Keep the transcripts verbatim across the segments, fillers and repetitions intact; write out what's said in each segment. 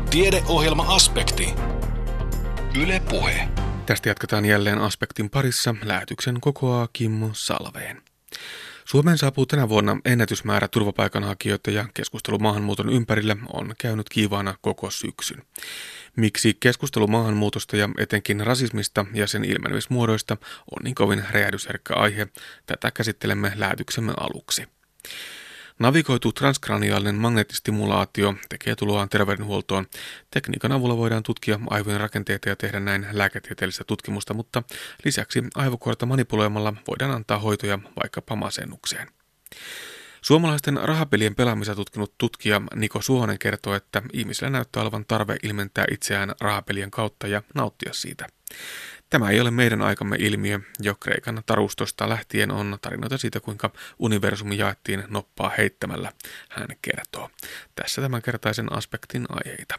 Tiedeohjelma-aspekti. Yle Puhe. Tästä jatketaan jälleen Aspektin parissa. Lähetyksen kokoaa Kimmo Salveen. Suomeen saapuu tänä vuonna ennätysmäärä turvapaikanhakijoita ja keskustelu maahanmuuton ympärillä on käynyt kiivaana koko syksyn. Miksi keskustelu maahanmuutosta ja etenkin rasismista ja sen ilmenemismuodoista on niin kovin räjähdysherkkä aihe, tätä käsittelemme lähetyksemme aluksi. Navigoitu transkraniaalinen magneettistimulaatio tekee tuloaan terveydenhuoltoon. Tekniikan avulla voidaan tutkia aivojen rakenteita ja tehdä näin lääketieteellistä tutkimusta, mutta lisäksi aivokuorta manipuloimalla voidaan antaa hoitoja vaikkapa masennukseen. Suomalaisten rahapelien pelaamista tutkinut tutkija Niko Suhonen kertoo, että ihmisillä näyttää olevan tarve ilmentää itseään rahapelien kautta ja nauttia siitä. Tämä ei ole meidän aikamme ilmiö. Jo Kreikan tarustosta lähtien on tarinoita siitä, kuinka universumi jaettiin noppaa heittämällä, hän kertoo. Tässä tämänkertaisen aspektin aiheita.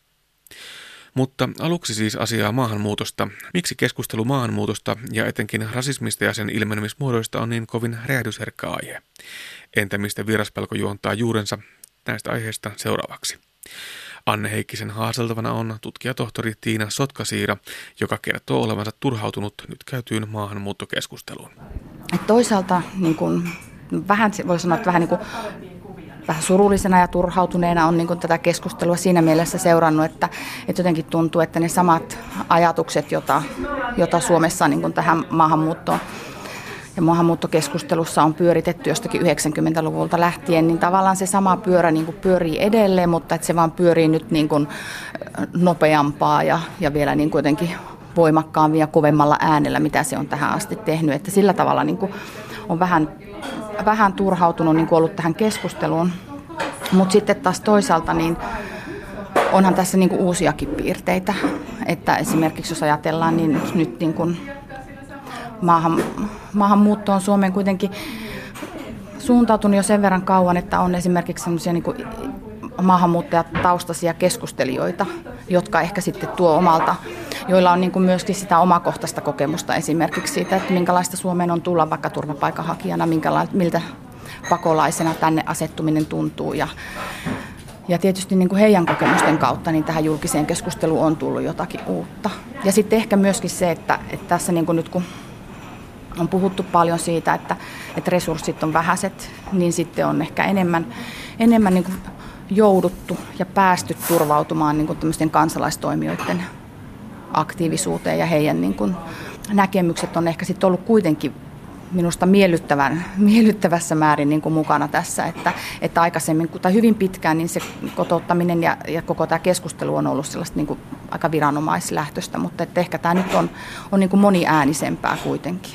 Mutta aluksi siis asiaa maahanmuutosta. Miksi keskustelu maahanmuutosta ja etenkin rasismista ja sen ilmenemismuodoista on niin kovin räjähdysherkkä aihe? Entä mistä vieraspelko juontaa juurensa? Näistä aiheista seuraavaksi. Anne Heikkisen haaseltavana on tutkijatohtori Tiina Sotkasiira, joka kertoo olevansa turhautunut nyt käytyyn maahanmuuttokeskusteluun. Toisaalta niin kuin, vähän, voi sanoa, että vähän, niin kuin, vähän surullisena ja turhautuneena on niin kuin, tätä keskustelua siinä mielessä seurannut, että, että jotenkin tuntuu, että ne samat ajatukset, joita, joita Suomessa niin kuin tähän maahanmuuttoon ja maahanmuuttokeskustelussa on pyöritetty jostakin yhdeksänkymmentäluvulta lähtien, niin tavallaan se sama pyörä niin kuin pyörii edelleen, mutta että se vaan pyörii nyt niin kuin nopeampaa ja, ja vielä niin kuin jotenkin voimakkaammin ja kovemmalla äänellä, mitä se on tähän asti tehnyt. Että sillä tavalla niin kuin on vähän, vähän turhautunut niin kuin ollut tähän keskusteluun, mutta sitten taas toisaalta niin onhan tässä niin kuin uusiakin piirteitä, että esimerkiksi jos ajatellaan, niin nyt niin kuin Maahan, maahanmuutto on Suomeen kuitenkin suuntautunut jo sen verran kauan, että on esimerkiksi sellaisia niin kuin maahanmuuttajataustaisia keskustelijoita, jotka ehkä sitten tuo omalta, joilla on niin kuin myöskin sitä omakohtaista kokemusta esimerkiksi siitä, että minkälaista Suomeen on tulla vaikka turvapaikanhakijana, miltä pakolaisena tänne asettuminen tuntuu. Ja, ja tietysti niin kuin heidän kokemusten kautta niin tähän julkiseen keskusteluun on tullut jotakin uutta. Ja sitten ehkä myöskin se, että, että tässä niin kuin nyt kun on puhuttu paljon siitä, että, että resurssit on vähäiset, niin sitten on ehkä enemmän, enemmän niin kuin jouduttu ja päästy turvautumaan niin kuin tämmöisten kansalaistoimijoiden aktiivisuuteen ja heidän niin kuin näkemykset on ehkä sitten ollut kuitenkin minusta miellyttävän, miellyttävässä määrin niin kuin mukana tässä, että, että aikaisemmin tai hyvin pitkään niin se kotouttaminen ja, ja koko tämä keskustelu on ollut sellaista niin kuin aika viranomaislähtöistä, mutta että ehkä tämä nyt on, on niin kuin moniäänisempää kuitenkin.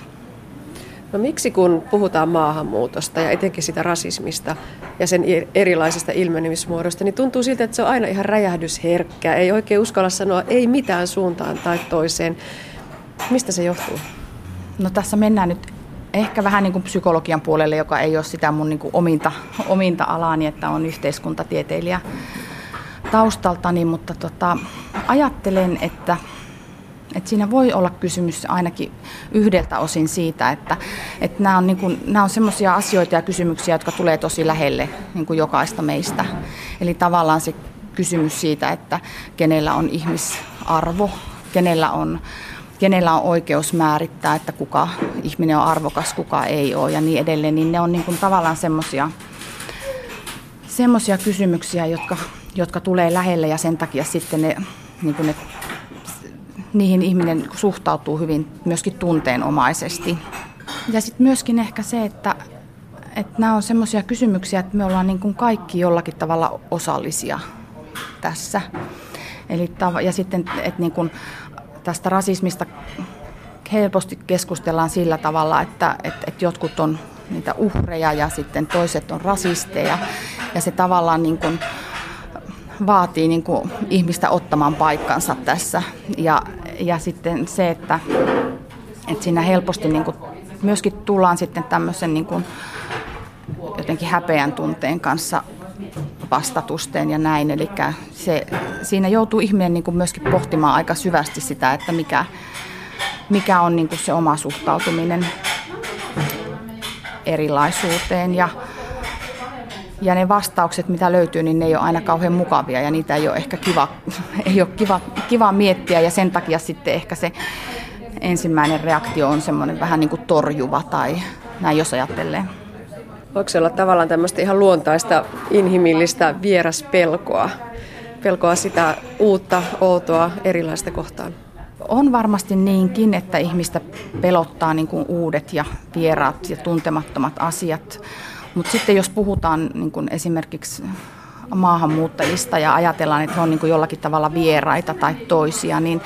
No miksi kun puhutaan maahanmuutosta ja etenkin sitä rasismista ja sen erilaisista ilmenemismuodoista, niin tuntuu siltä, että se on aina ihan räjähdysherkkää. Ei oikein uskalla sanoa ei mitään suuntaan tai toiseen. Mistä se johtuu? No tässä mennään nyt ehkä vähän niin kuin psykologian puolelle, joka ei ole sitä mun niin kuin ominta, ominta alaani, että on yhteiskuntatieteilijä taustaltani, mutta tota, ajattelen, että Että siinä voi olla kysymys ainakin yhdeltä osin siitä, että, että nämä on, niin kuin, nämä on sellaisia asioita ja kysymyksiä, jotka tulee tosi lähelle niin kuin jokaista meistä. Eli tavallaan se kysymys siitä, että kenellä on ihmisarvo, kenellä on, kenellä on oikeus määrittää, että kuka ihminen on arvokas, kuka ei ole ja niin edelleen, niin ne on niin kuin tavallaan semmoisia semmoisia kysymyksiä, jotka, jotka tulee lähelle ja sen takia sitten ne, niin kuin ne niihin ihminen suhtautuu hyvin myöskin tunteenomaisesti. Ja sitten myöskin ehkä se, että, että nämä on semmoisia kysymyksiä, että me ollaan niin kuin kaikki jollakin tavalla osallisia tässä. Eli, ja sitten, että niin kuin tästä rasismista helposti keskustellaan sillä tavalla, että, että, että jotkut on niitä uhreja ja sitten toiset on rasisteja. Ja se tavallaan niin kuin vaatii niin kuin ihmistä ottamaan paikkansa tässä. Ja, ja sitten se, että, että siinä helposti niin kuin myöskin tullaan sitten tämmöisen niin kuin jotenkin häpeän tunteen kanssa vastatusteen ja näin. Eli se, siinä joutuu ihminen niin kuin myöskin pohtimaan aika syvästi sitä, että mikä, mikä on niin kuin se oma suhtautuminen erilaisuuteen. Ja Ja ne vastaukset, mitä löytyy, niin ne ei ole aina kauhean mukavia ja niitä ei ole ehkä kiva, ei ole kiva, kiva miettiä ja sen takia sitten ehkä se ensimmäinen reaktio on semmoinen vähän niin kuin torjuva tai näin jos ajattelee. Voiko se olla tavallaan tämmöistä ihan luontaista, inhimillistä vieraspelkoa? Pelkoa sitä uutta, outoa, erilaista kohtaan? On varmasti niinkin, että ihmistä pelottaa niin kuin uudet ja vieraat ja tuntemattomat asiat. Mutta sitten jos puhutaan niin kuin esimerkiksi maahanmuuttajista ja ajatellaan, että he on niin kuin jollakin tavalla vieraita tai toisia, niin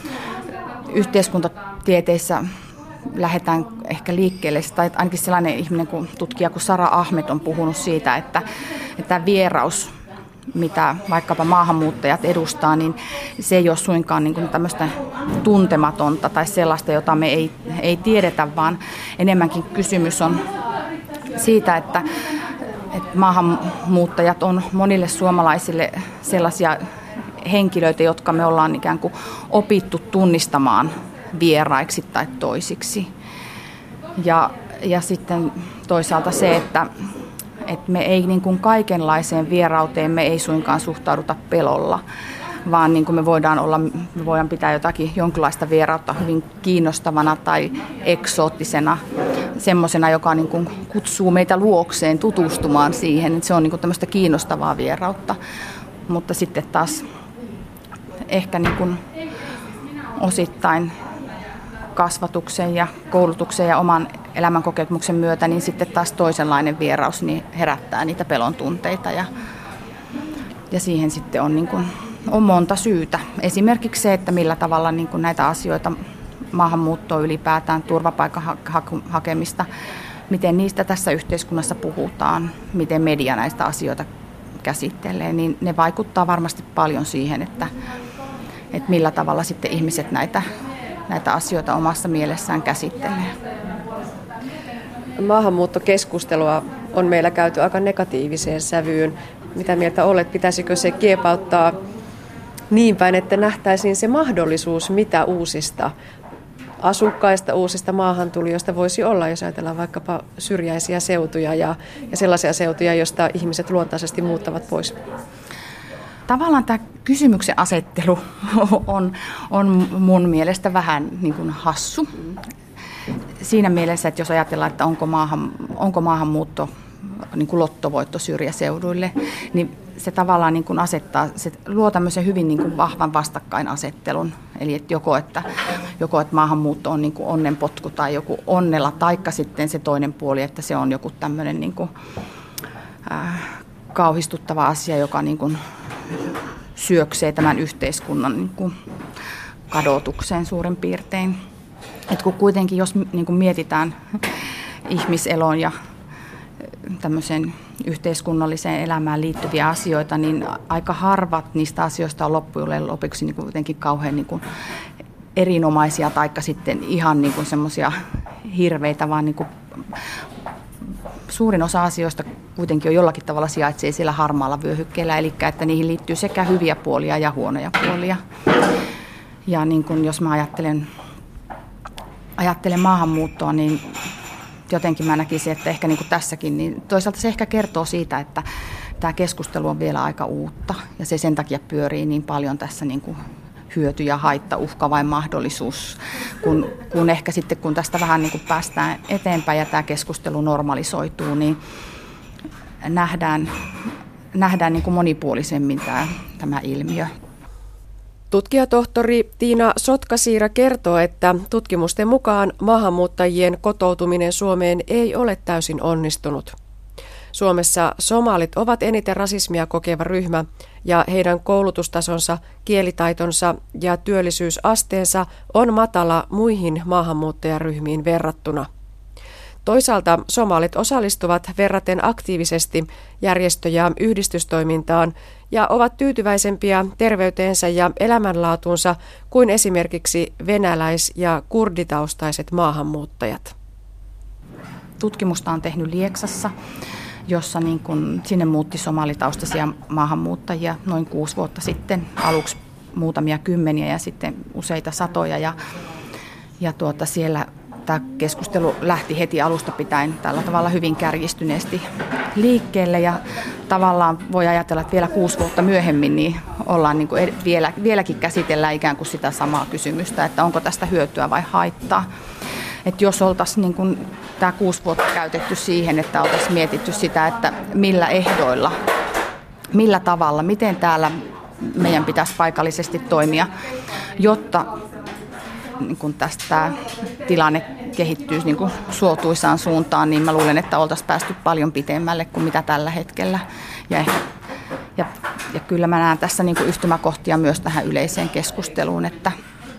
yhteiskuntatieteissä lähdetään ehkä liikkeelle, tai ainakin sellainen ihminen kuin tutkija kuin Sara Ahmed on puhunut siitä, että, että vieraus, mitä vaikkapa maahanmuuttajat edustaa, niin se ei ole suinkaan niin kuin tämmöistä tuntematonta tai sellaista, jota me ei, ei tiedetä, vaan enemmänkin kysymys on siitä, että, että maahanmuuttajat on monille suomalaisille sellaisia henkilöitä, jotka me ollaan ikään kuin opittu tunnistamaan vieraiksi tai toisiksi. Ja, ja sitten toisaalta se, että, että me ei niin kuin kaikenlaiseen vierauteen me ei suinkaan suhtauduta pelolla, vaan niin kuin me voidaan olla, me voidaan pitää jotakin jonkinlaista vierautta hyvin kiinnostavana tai eksoottisena, semmoisena, joka niin kuin kutsuu meitä luokseen tutustumaan siihen, että se on niin kuin tämmöistä kiinnostavaa vierautta, mutta sitten taas ehkä niin kuin osittain kasvatuksen ja koulutuksen ja oman elämänkokemuksen myötä, niin sitten taas toisenlainen vieraus niin herättää niitä pelon tunteita ja, ja siihen sitten on, niin kuin, on monta syytä. Esimerkiksi se, että millä tavalla niin kuin näitä asioita, maahanmuuttoa ylipäätään, turvapaikan hakemista, miten niistä tässä yhteiskunnassa puhutaan, miten media näistä asioita käsittelee, niin ne vaikuttaa varmasti paljon siihen, että, että millä tavalla sitten ihmiset näitä näitä asioita omassa mielessään käsittelee. Maahanmuuttokeskustelua on meillä käyty aika negatiiviseen sävyyn. Mitä mieltä olet? Pitäisikö se kiepauttaa niin päin, että nähtäisiin se mahdollisuus, mitä uusista asukkaista, uusista maahantulijoista voisi olla, jos ajatellaan vaikkapa syrjäisiä seutuja ja, ja sellaisia seutuja, joista ihmiset luontaisesti muuttavat pois? Tavallaan tämä kysymyksen asettelu on, on mun mielestä vähän niin kuin hassu. Siinä mielessä, että jos ajatellaan, että onko, maahan, onko maahanmuutto niin kuin lottovoitto syrjäseuduille, niin se tavallaan niin kuin asettaa, se luo tämmöisen hyvin niin kuin vahvan vastakkainasettelun. Eli että joko, että, joko että maahanmuutto on niin kuin onnenpotku tai joku onnella, taikka sitten se toinen puoli, että se on joku tämmöinen niin kuin, äh, kauhistuttava asia, joka niin kuin syöksee tämän yhteiskunnan niin kuin kadotukseen suurin piirtein. Et kun kuitenkin, jos niin kuin mietitään ihmiseloon ja tämmöiseen yhteiskunnalliseen elämään liittyviä asioita, niin aika harvat niistä asioista on loppujen lopuksi niin kuin jotenkin kauhean niin kuin erinomaisia, taikka sitten ihan niin kuin semmoisia hirveitä, vaan niin kuin suurin osa asioista kuitenkin on jollakin tavalla sijaitsee siellä harmaalla vyöhykkeellä, eli että niihin liittyy sekä hyviä puolia ja huonoja puolia. Ja niin kuin jos mä ajattelen, ajattelen maahanmuuttoa, niin jotenkin mä näkisin, että ehkä niin kuin tässäkin, niin toisaalta se ehkä kertoo siitä, että tämä keskustelu on vielä aika uutta ja se sen takia pyörii niin paljon tässä niin kuin hyöty ja haitta, uhka vai mahdollisuus, kun, kun ehkä sitten kun tästä vähän niin kuin päästään eteenpäin ja tämä keskustelu normalisoituu, niin nähdään, nähdään niin kuin monipuolisemmin tämä, tämä ilmiö. Tutkijatohtori Tiina Sotkasiira kertoo, että tutkimusten mukaan maahanmuuttajien kotoutuminen Suomeen ei ole täysin onnistunut. Suomessa somalit ovat eniten rasismia kokeva ryhmä ja heidän koulutustasonsa, kielitaitonsa ja työllisyysasteensa on matala muihin maahanmuuttajaryhmiin verrattuna. Toisaalta somalit osallistuvat verraten aktiivisesti järjestö- ja yhdistystoimintaan ja ovat tyytyväisempiä terveyteensä ja elämänlaatuunsa kuin esimerkiksi venäläis- ja kurditaustaiset maahanmuuttajat. Tutkimusta on tehnyt Lieksassa, jossa niin kun, sinne muutti somalitaustaisia maahanmuuttajia noin kuusi vuotta sitten, aluksi muutamia kymmeniä ja sitten useita satoja. Ja, ja tuota, siellä tämä keskustelu lähti heti alusta pitäen tällä tavalla hyvin kärjistyneesti liikkeelle ja tavallaan voi ajatella, että vielä kuusi vuotta myöhemmin niin ollaan niin kuin vielä, vieläkin käsitellään ikään kuin sitä samaa kysymystä, että onko tästä hyötyä vai haittaa. Että jos oltaisiin niin kuin tämä kuusi vuotta käytetty siihen, että oltaisiin mietitty sitä, että millä ehdoilla, millä tavalla, miten täällä meidän pitäisi paikallisesti toimia, jotta niin kun tästä tilanne kehittyy niin kun suotuisaan suuntaan, niin mä luulen, että oltaisiin päästy paljon pitemmälle kuin mitä tällä hetkellä. Ja, ehkä, ja, ja kyllä mä näen tässä niin kun yhtymäkohtia myös tähän yleiseen keskusteluun, että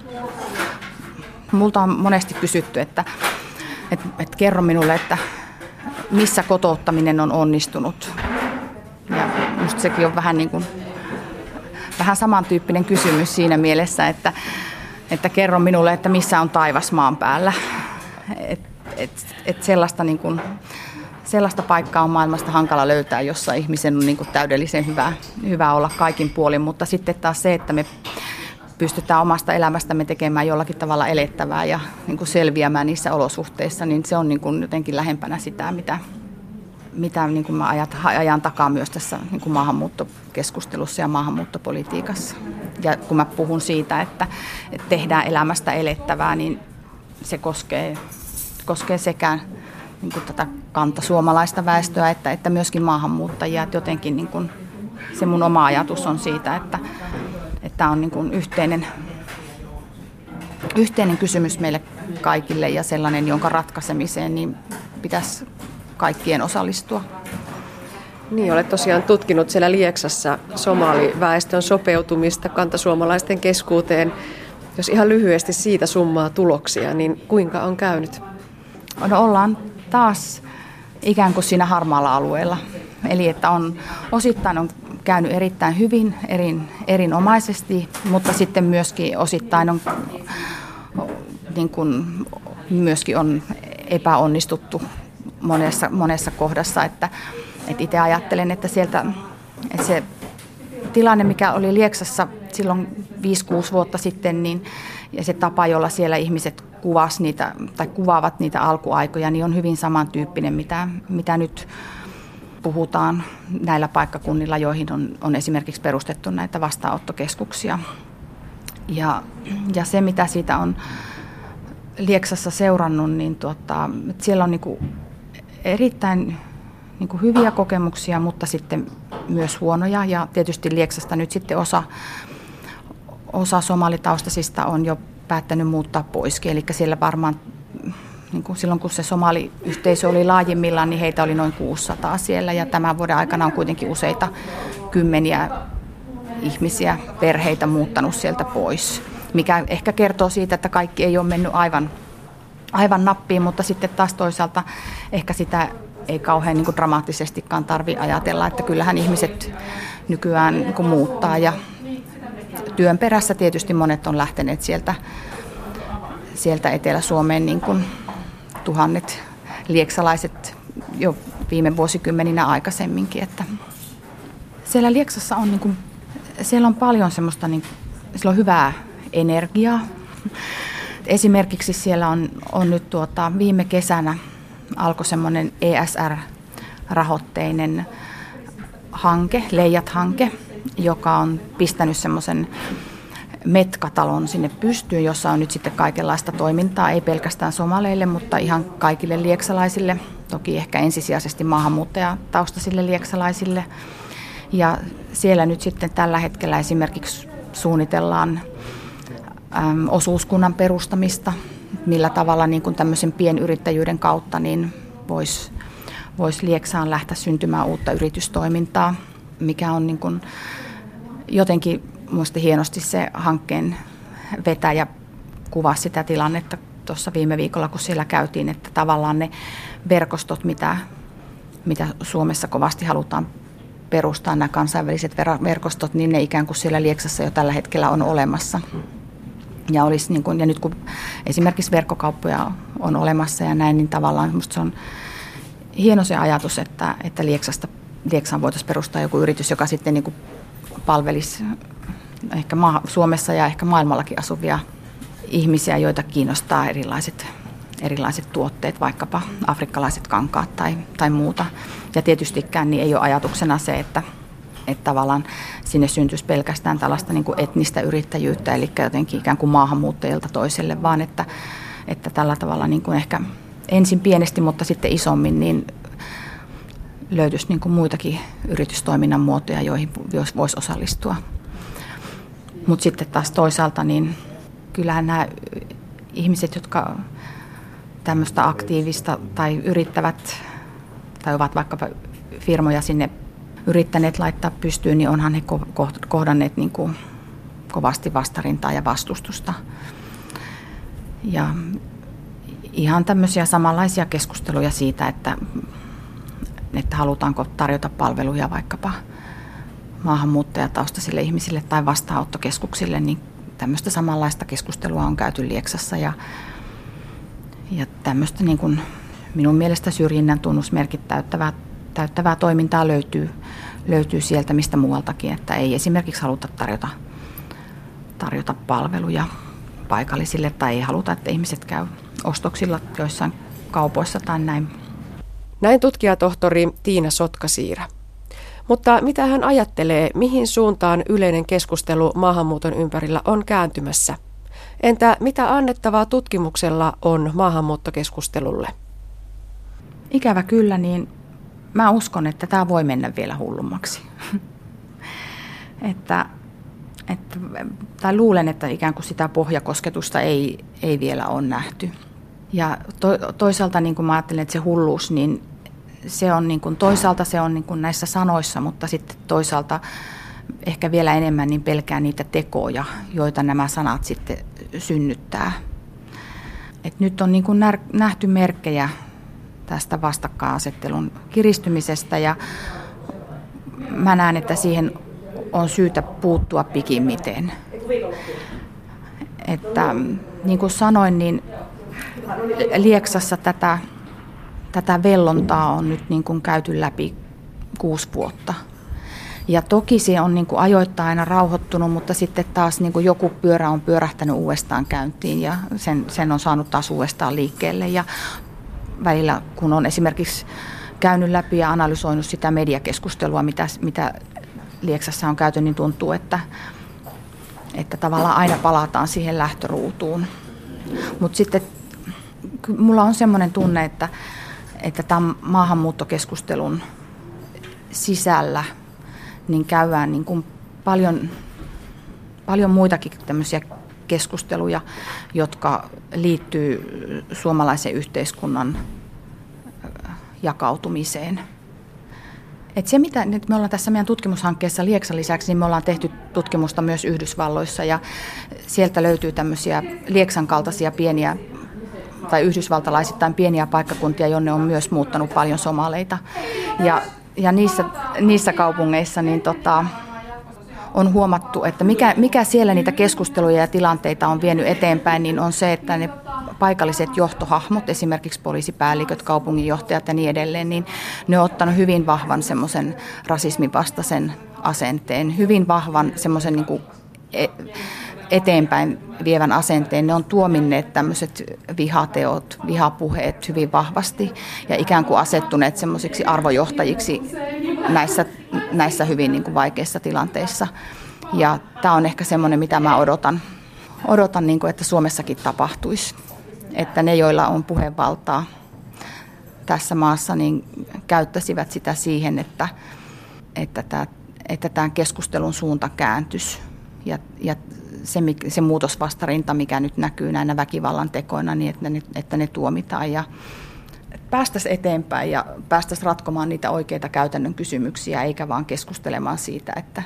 multa on monesti kysytty, että, että, että kerro minulle, että missä kotouttaminen on onnistunut. Ja musta sekin on vähän, niin kuin, vähän samantyyppinen kysymys siinä mielessä, että, että kerro minulle, että missä on taivas maan päällä. Et, et, et sellaista, niin kuin, sellaista paikkaa on maailmasta hankala löytää, jossa ihmisen on niin kuin täydellisen hyvä, hyvä olla kaikin puolin, mutta sitten taas se, että me pystytään omasta elämästämme tekemään jollakin tavalla elettävää ja niin kuin selviämään niissä olosuhteissa, niin se on niin kuin jotenkin lähempänä sitä, mitä, mitä niin kuin mä ajat, ajan takaa myös tässä niin kuin maahanmuuttokeskustelussa ja maahanmuuttopolitiikassa. Ja kun mä puhun siitä, että, että tehdään elämästä elettävää, niin se koskee, koskee sekä niin kuin tätä kantasuomalaista väestöä että, että myöskin maahanmuuttajia. Että jotenkin niin kuin se mun oma ajatus on siitä, että Tämä on niin kuin yhteinen, yhteinen kysymys meille kaikille ja sellainen, jonka ratkaisemiseen niin pitäisi kaikkien osallistua. Niin, olet tosiaan tutkinut siellä Lieksassa somaliväestön sopeutumista kantasuomalaisten keskuuteen. Jos ihan lyhyesti siitä summaa tuloksia, niin kuinka on käynyt? No, ollaan taas ikään kuin siinä harmaalla alueella. Eli että on, osittain on käynyt erittäin hyvin, erin, erinomaisesti, mutta sitten myöskin osittain on, niin kuin, myöskin on epäonnistuttu monessa, monessa kohdassa. Että, että itse ajattelen, että sieltä että se tilanne, mikä oli Lieksassa silloin viisi kuusi vuotta sitten, niin, ja se tapa, jolla siellä ihmiset kuvas niitä, tai kuvaavat niitä alkuaikoja, niin on hyvin samantyyppinen, mitä, mitä nyt puhutaan näillä paikkakunnilla, joihin on, on esimerkiksi perustettu näitä vastaanottokeskuksia. Ja, ja se, mitä siitä on Lieksassa seurannut, niin tuota, siellä on niinku erittäin niinku hyviä kokemuksia, mutta sitten myös huonoja. Ja tietysti Lieksasta nyt sitten osa, osa somalitaustaisista on jo päättänyt muuttaa poiskin. Eli siellä varmaan niin kuin silloin kun se somaliyhteisö oli laajimmillaan, niin heitä oli noin kuusisataa siellä ja tämän vuoden aikana on kuitenkin useita kymmeniä ihmisiä, perheitä muuttanut sieltä pois, mikä ehkä kertoo siitä, että kaikki ei ole mennyt aivan, aivan nappiin, mutta sitten taas toisaalta ehkä sitä ei kauhean niin kuin dramaattisestikaan tarvitse ajatella, että kyllähän ihmiset nykyään niin kuin muuttaa ja työn perässä tietysti monet on lähteneet sieltä, sieltä Etelä-Suomeen niin kuin tuhannet lieksalaiset jo viime vuosikymmeninä aikaisemminkin. Että siellä Lieksassa on, niin kuin, siellä on paljon semmoista, niin, siellä on hyvää energiaa. Esimerkiksi siellä on, on nyt tuota, viime kesänä alkoi semmoinen E S R-rahoitteinen hanke, Leijat-hanke, joka on pistänyt semmoisen Metkatalon sinne pystyyn, jossa on nyt sitten kaikenlaista toimintaa, ei pelkästään somaleille, mutta ihan kaikille lieksalaisille, toki ehkä ensisijaisesti maahanmuuttajataustaisille lieksalaisille. Ja siellä nyt sitten tällä hetkellä esimerkiksi suunnitellaan äm, osuuskunnan perustamista, millä tavalla niin kuin tämmöisen pienyrittäjyyden kautta niin voisi vois Lieksaan lähteä syntymään uutta yritystoimintaa, mikä on niin kuin jotenkin minusta hienosti se hankkeen vetäjä kuvasi sitä tilannetta tuossa viime viikolla, kun siellä käytiin, että tavallaan ne verkostot, mitä, mitä Suomessa kovasti halutaan perustaa, nämä kansainväliset verkostot, niin ne ikään kuin siellä Lieksassa jo tällä hetkellä on olemassa. Ja, olisi niin kuin, ja nyt kun esimerkiksi verkkokauppoja on olemassa ja näin, niin tavallaan minusta se on hieno se ajatus, että, että Lieksasta, Lieksaan voitaisiin perustaa joku yritys, joka sitten niin kuin palvelisi ehkä maa, Suomessa ja ehkä maailmallakin asuvia ihmisiä, joita kiinnostaa erilaiset erilaiset tuotteet, vaikkapa afrikkalaiset kankaat tai, tai muuta. Ja tietystikään niin ei ole ajatuksena se, että, että tavallaan sinne syntyisi pelkästään tällaista niin kuin etnistä yrittäjyyttä, eli jotenkin ikään kuin maahanmuuttajilta toiselle, vaan että, että tällä tavalla niin kuin ehkä ensin pienesti, mutta sitten isommin, niin löytyisi niin kuin muitakin yritystoiminnan muotoja, joihin voisi osallistua. Mutta sitten taas toisaalta, niin kyllähän nämä ihmiset, jotka tämmöistä aktiivista tai yrittävät tai ovat vaikkapa firmoja sinne yrittäneet laittaa pystyyn, niin onhan he kohdanneet niin kuin kovasti vastarintaa ja vastustusta. Ja ihan tämmöisiä samanlaisia keskusteluja siitä, että, että halutaanko tarjota palveluja vaikkapa maahanmuuttajataustaisille ihmisille tai vastaanottokeskuksille, niin tämmöistä samanlaista keskustelua on käyty Lieksassa ja, ja tämmöistä niin kuin minun mielestä syrjinnän tunnusmerkit täyttävää, täyttävää toimintaa löytyy, löytyy sieltä mistä muualtakin, että ei esimerkiksi haluta tarjota, tarjota palveluja paikallisille tai ei haluta, että ihmiset käy ostoksilla joissain kaupoissa tai näin. Näin tutkijatohtori Tiina Sotkasiira. Mutta mitä hän ajattelee, mihin suuntaan yleinen keskustelu maahanmuuton ympärillä on kääntymässä? Entä mitä annettavaa tutkimuksella on maahanmuuttokeskustelulle? Ikävä kyllä, niin mä uskon, että tämä voi mennä vielä hullummaksi. että, että, tai luulen, että ikään kuin sitä pohjakosketusta ei, ei vielä ole nähty. Ja to, toisaalta niin kuin mä ajattelen, että se hulluus, niin se on niin kuin, toisaalta se on niin kuin näissä sanoissa, mutta sitten toisaalta ehkä vielä enemmän niin pelkää niitä tekoja, joita nämä sanat sitten synnyttää. Et nyt on niin kuin nähty merkkejä tästä vastakkainasettelun kiristymisestä ja mä näen, että siihen on syytä puuttua pikimmiten. Että niin kuin sanoin, niin Lieksassa tätä, tätä vellontaa on nyt niin kuin käyty läpi kuusi vuotta. Ja toki se on niin kuin ajoittain aina rauhoittunut, mutta sitten taas niin kuin joku pyörä on pyörähtänyt uudestaan käyntiin ja sen, sen on saanut taas uudestaan liikkeelle. Ja välillä, kun on esimerkiksi käynyt läpi ja analysoinut sitä mediakeskustelua, mitä, mitä Lieksassa on käyty, niin tuntuu, että, että tavallaan aina palataan siihen lähtöruutuun. Mutta sitten mulla on semmoinen tunne, että, että tämän maahanmuuttokeskustelun sisällä niin käydään niin kuin paljon, paljon muitakin tämmöisiä keskusteluja, jotka liittyy suomalaisen yhteiskunnan jakautumiseen. Et se, mitä nyt me ollaan tässä meidän tutkimushankkeessa Lieksan lisäksi, niin me ollaan tehty tutkimusta myös Yhdysvalloissa ja sieltä löytyy tämmöisiä Lieksan kaltaisia pieniä tai yhdysvaltalaisittain pieniä paikkakuntia, jonne on myös muuttanut paljon somaleita. Ja, ja niissä, niissä kaupungeissa niin tota, on huomattu, että mikä, mikä siellä niitä keskusteluja ja tilanteita on vienyt eteenpäin, niin on se, että ne paikalliset johtohahmot, esimerkiksi poliisipäälliköt, kaupunginjohtajat ja niin edelleen, niin ne on ottanut hyvin vahvan semmoisen rasismin vastaisen asenteen, hyvin vahvan semmoisen niin kuin eteenpäin vievän asenteen. Ne on tuominneet tämmöiset vihateot, vihapuheet hyvin vahvasti ja ikään kuin asettuneet semmoisiksi arvojohtajiksi näissä, näissä hyvin niin kuin vaikeissa tilanteissa. Ja tämä on ehkä semmoinen, mitä mä odotan, odotan niin kuin, että Suomessakin tapahtuisi. Että ne, joilla on puhevaltaa tässä maassa, niin käyttäisivät sitä siihen, että, että, tämä, että tämän keskustelun suunta kääntyisi. Ja, ja se, se muutosvastarinta, mikä nyt näkyy näinä väkivallan tekoina, niin että ne, että ne tuomitaan ja päästäisiin eteenpäin ja päästäisiin ratkomaan niitä oikeita käytännön kysymyksiä, eikä vaan keskustelemaan siitä, että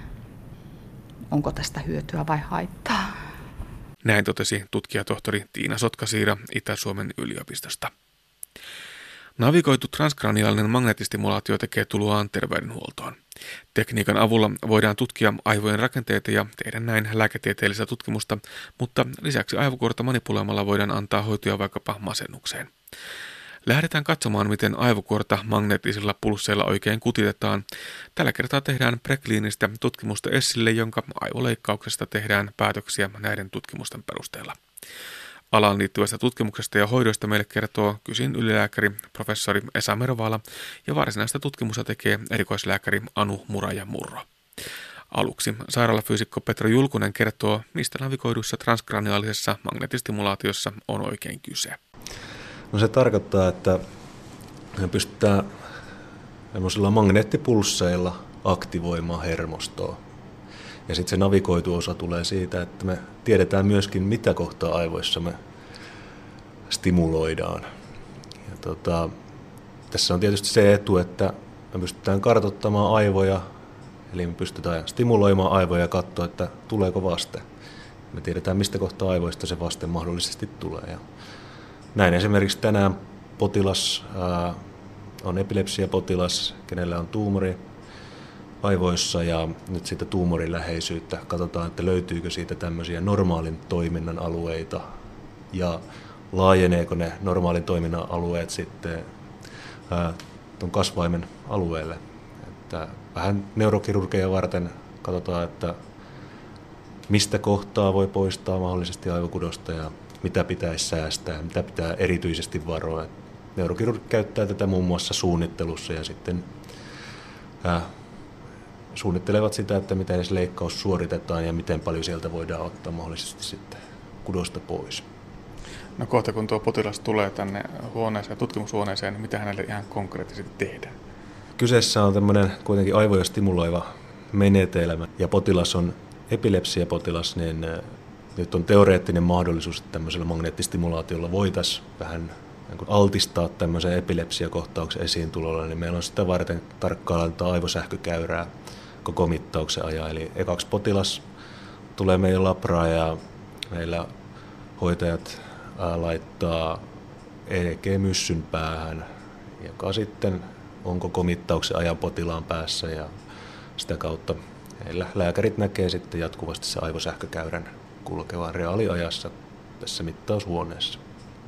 onko tästä hyötyä vai haittaa. Näin totesi tutkijatohtori Tiina Sotkasiira Itä-Suomen yliopistosta. Navigoitu transkraniaalinen magneettistimulaatio tekee tuloaan terveydenhuoltoon. Tekniikan avulla voidaan tutkia aivojen rakenteita ja tehdä näin lääketieteellistä tutkimusta, mutta lisäksi aivokuorta manipuloimalla voidaan antaa hoitoja vaikkapa masennukseen. Lähdetään katsomaan, miten aivokuorta magneettisilla pulsseilla oikein kutitetaan. Tällä kertaa tehdään prekliinistä tutkimusta Essille, jonka aivoleikkauksesta tehdään päätöksiä näiden tutkimusten perusteella. Alaan liittyvästä tutkimuksesta ja hoidoista meille kertoo Kysin ylilääkäri professori Esa Merovaala ja varsinaista tutkimusta tekee erikoislääkäri Anu Muraja-Murro. Aluksi sairaalafyysikko Petra Julkunen kertoo, mistä navigoidussa transkraniaalisessa magneettistimulaatiossa on oikein kyse. No se tarkoittaa, että me pystytään semmoisilla magneettipulsseilla aktivoimaan hermostoa. Ja sitten se navigoitu osa tulee siitä, että me tiedetään myöskin, mitä kohtaa aivoissa me stimuloidaan. Ja tota, tässä on tietysti se etu, että me pystytään kartoittamaan aivoja, eli me pystytään stimuloimaan aivoja ja katsoa, että tuleeko vaste. Me tiedetään, mistä kohtaa aivoista se vaste mahdollisesti tulee. Ja näin esimerkiksi tänään potilas ää, on epilepsiapotilas, kenellä on tuumori aivoissa, ja nyt siitä tuumorin läheisyyttä katsotaan, että löytyykö siitä tämmöisiä normaalin toiminnan alueita ja laajeneeko ne normaalin toiminnan alueet sitten ää, tuon kasvaimen alueelle. Että vähän neurokirurgeja varten katsotaan, että mistä kohtaa voi poistaa mahdollisesti aivokudosta ja mitä pitäisi säästää, mitä pitää erityisesti varoa. Neurokirurgi käyttää tätä muun muassa suunnittelussa ja sitten ää, suunnittelevat sitä, että miten se leikkaus suoritetaan ja miten paljon sieltä voidaan ottaa mahdollisesti sitten kudosta pois. No kohta kun tuo potilas tulee tänne huoneeseen, tutkimushuoneeseen, niin mitä hänelle ihan konkreettisesti tehdään? Kyseessä on tämmöinen kuitenkin aivoja stimuloiva menetelmä ja potilas on epilepsiapotilas, niin nyt on teoreettinen mahdollisuus, että tämmöisellä magneettistimulaatiolla voitaisiin vähän altistaa tämmöisen epilepsiakohtauksen esiintulolla, niin meillä on sitä varten tarkkaillaan aivosähkökäyrää koko mittauksen ajan. Eli ekaksi potilas tulee meidän labraan ja meillä hoitajat laittaa E E G-myssyn päähän, joka sitten on koko mittauksen ajan potilaan päässä ja sitä kautta meillä lääkärit näkee sitten jatkuvasti se aivosähkökäyrän kulkevan reaaliajassa tässä mittaushuoneessa.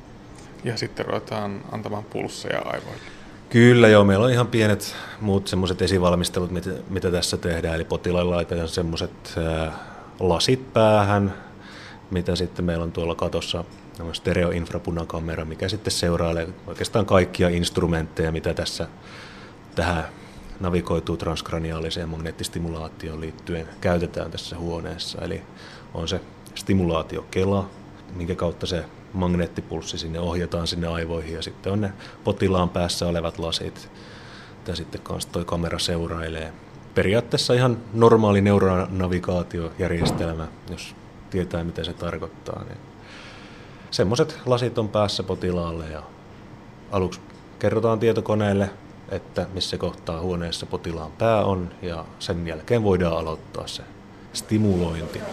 Ja sitten ruvetaan antamaan pulsseja aivoille. Kyllä joo, meillä on ihan pienet muut semmoiset esivalmistelut, mitä, mitä tässä tehdään. Eli potilailla laitetaan semmoiset ää, lasit päähän, mitä sitten meillä on tuolla katossa stereoinfrapunakamera, mikä sitten seurailee oikeastaan kaikkia instrumentteja, mitä tässä tähän navigoituu transkraniaaliseen magneettistimulaatioon liittyen käytetään tässä huoneessa. Eli on se stimulaatiokela, minkä kautta se magneettipulssi sinne ohjataan sinne aivoihin ja sitten on ne potilaan päässä olevat lasit, mitä sitten kanssa toi kamera seurailee. Periaatteessa ihan normaali neuronavigaatiojärjestelmä, jos tietää mitä se tarkoittaa. Niin semmoiset lasit on päässä potilaalle ja aluksi kerrotaan tietokoneelle, että missä kohtaa huoneessa potilaan pää on ja sen jälkeen voidaan aloittaa se stimulointi.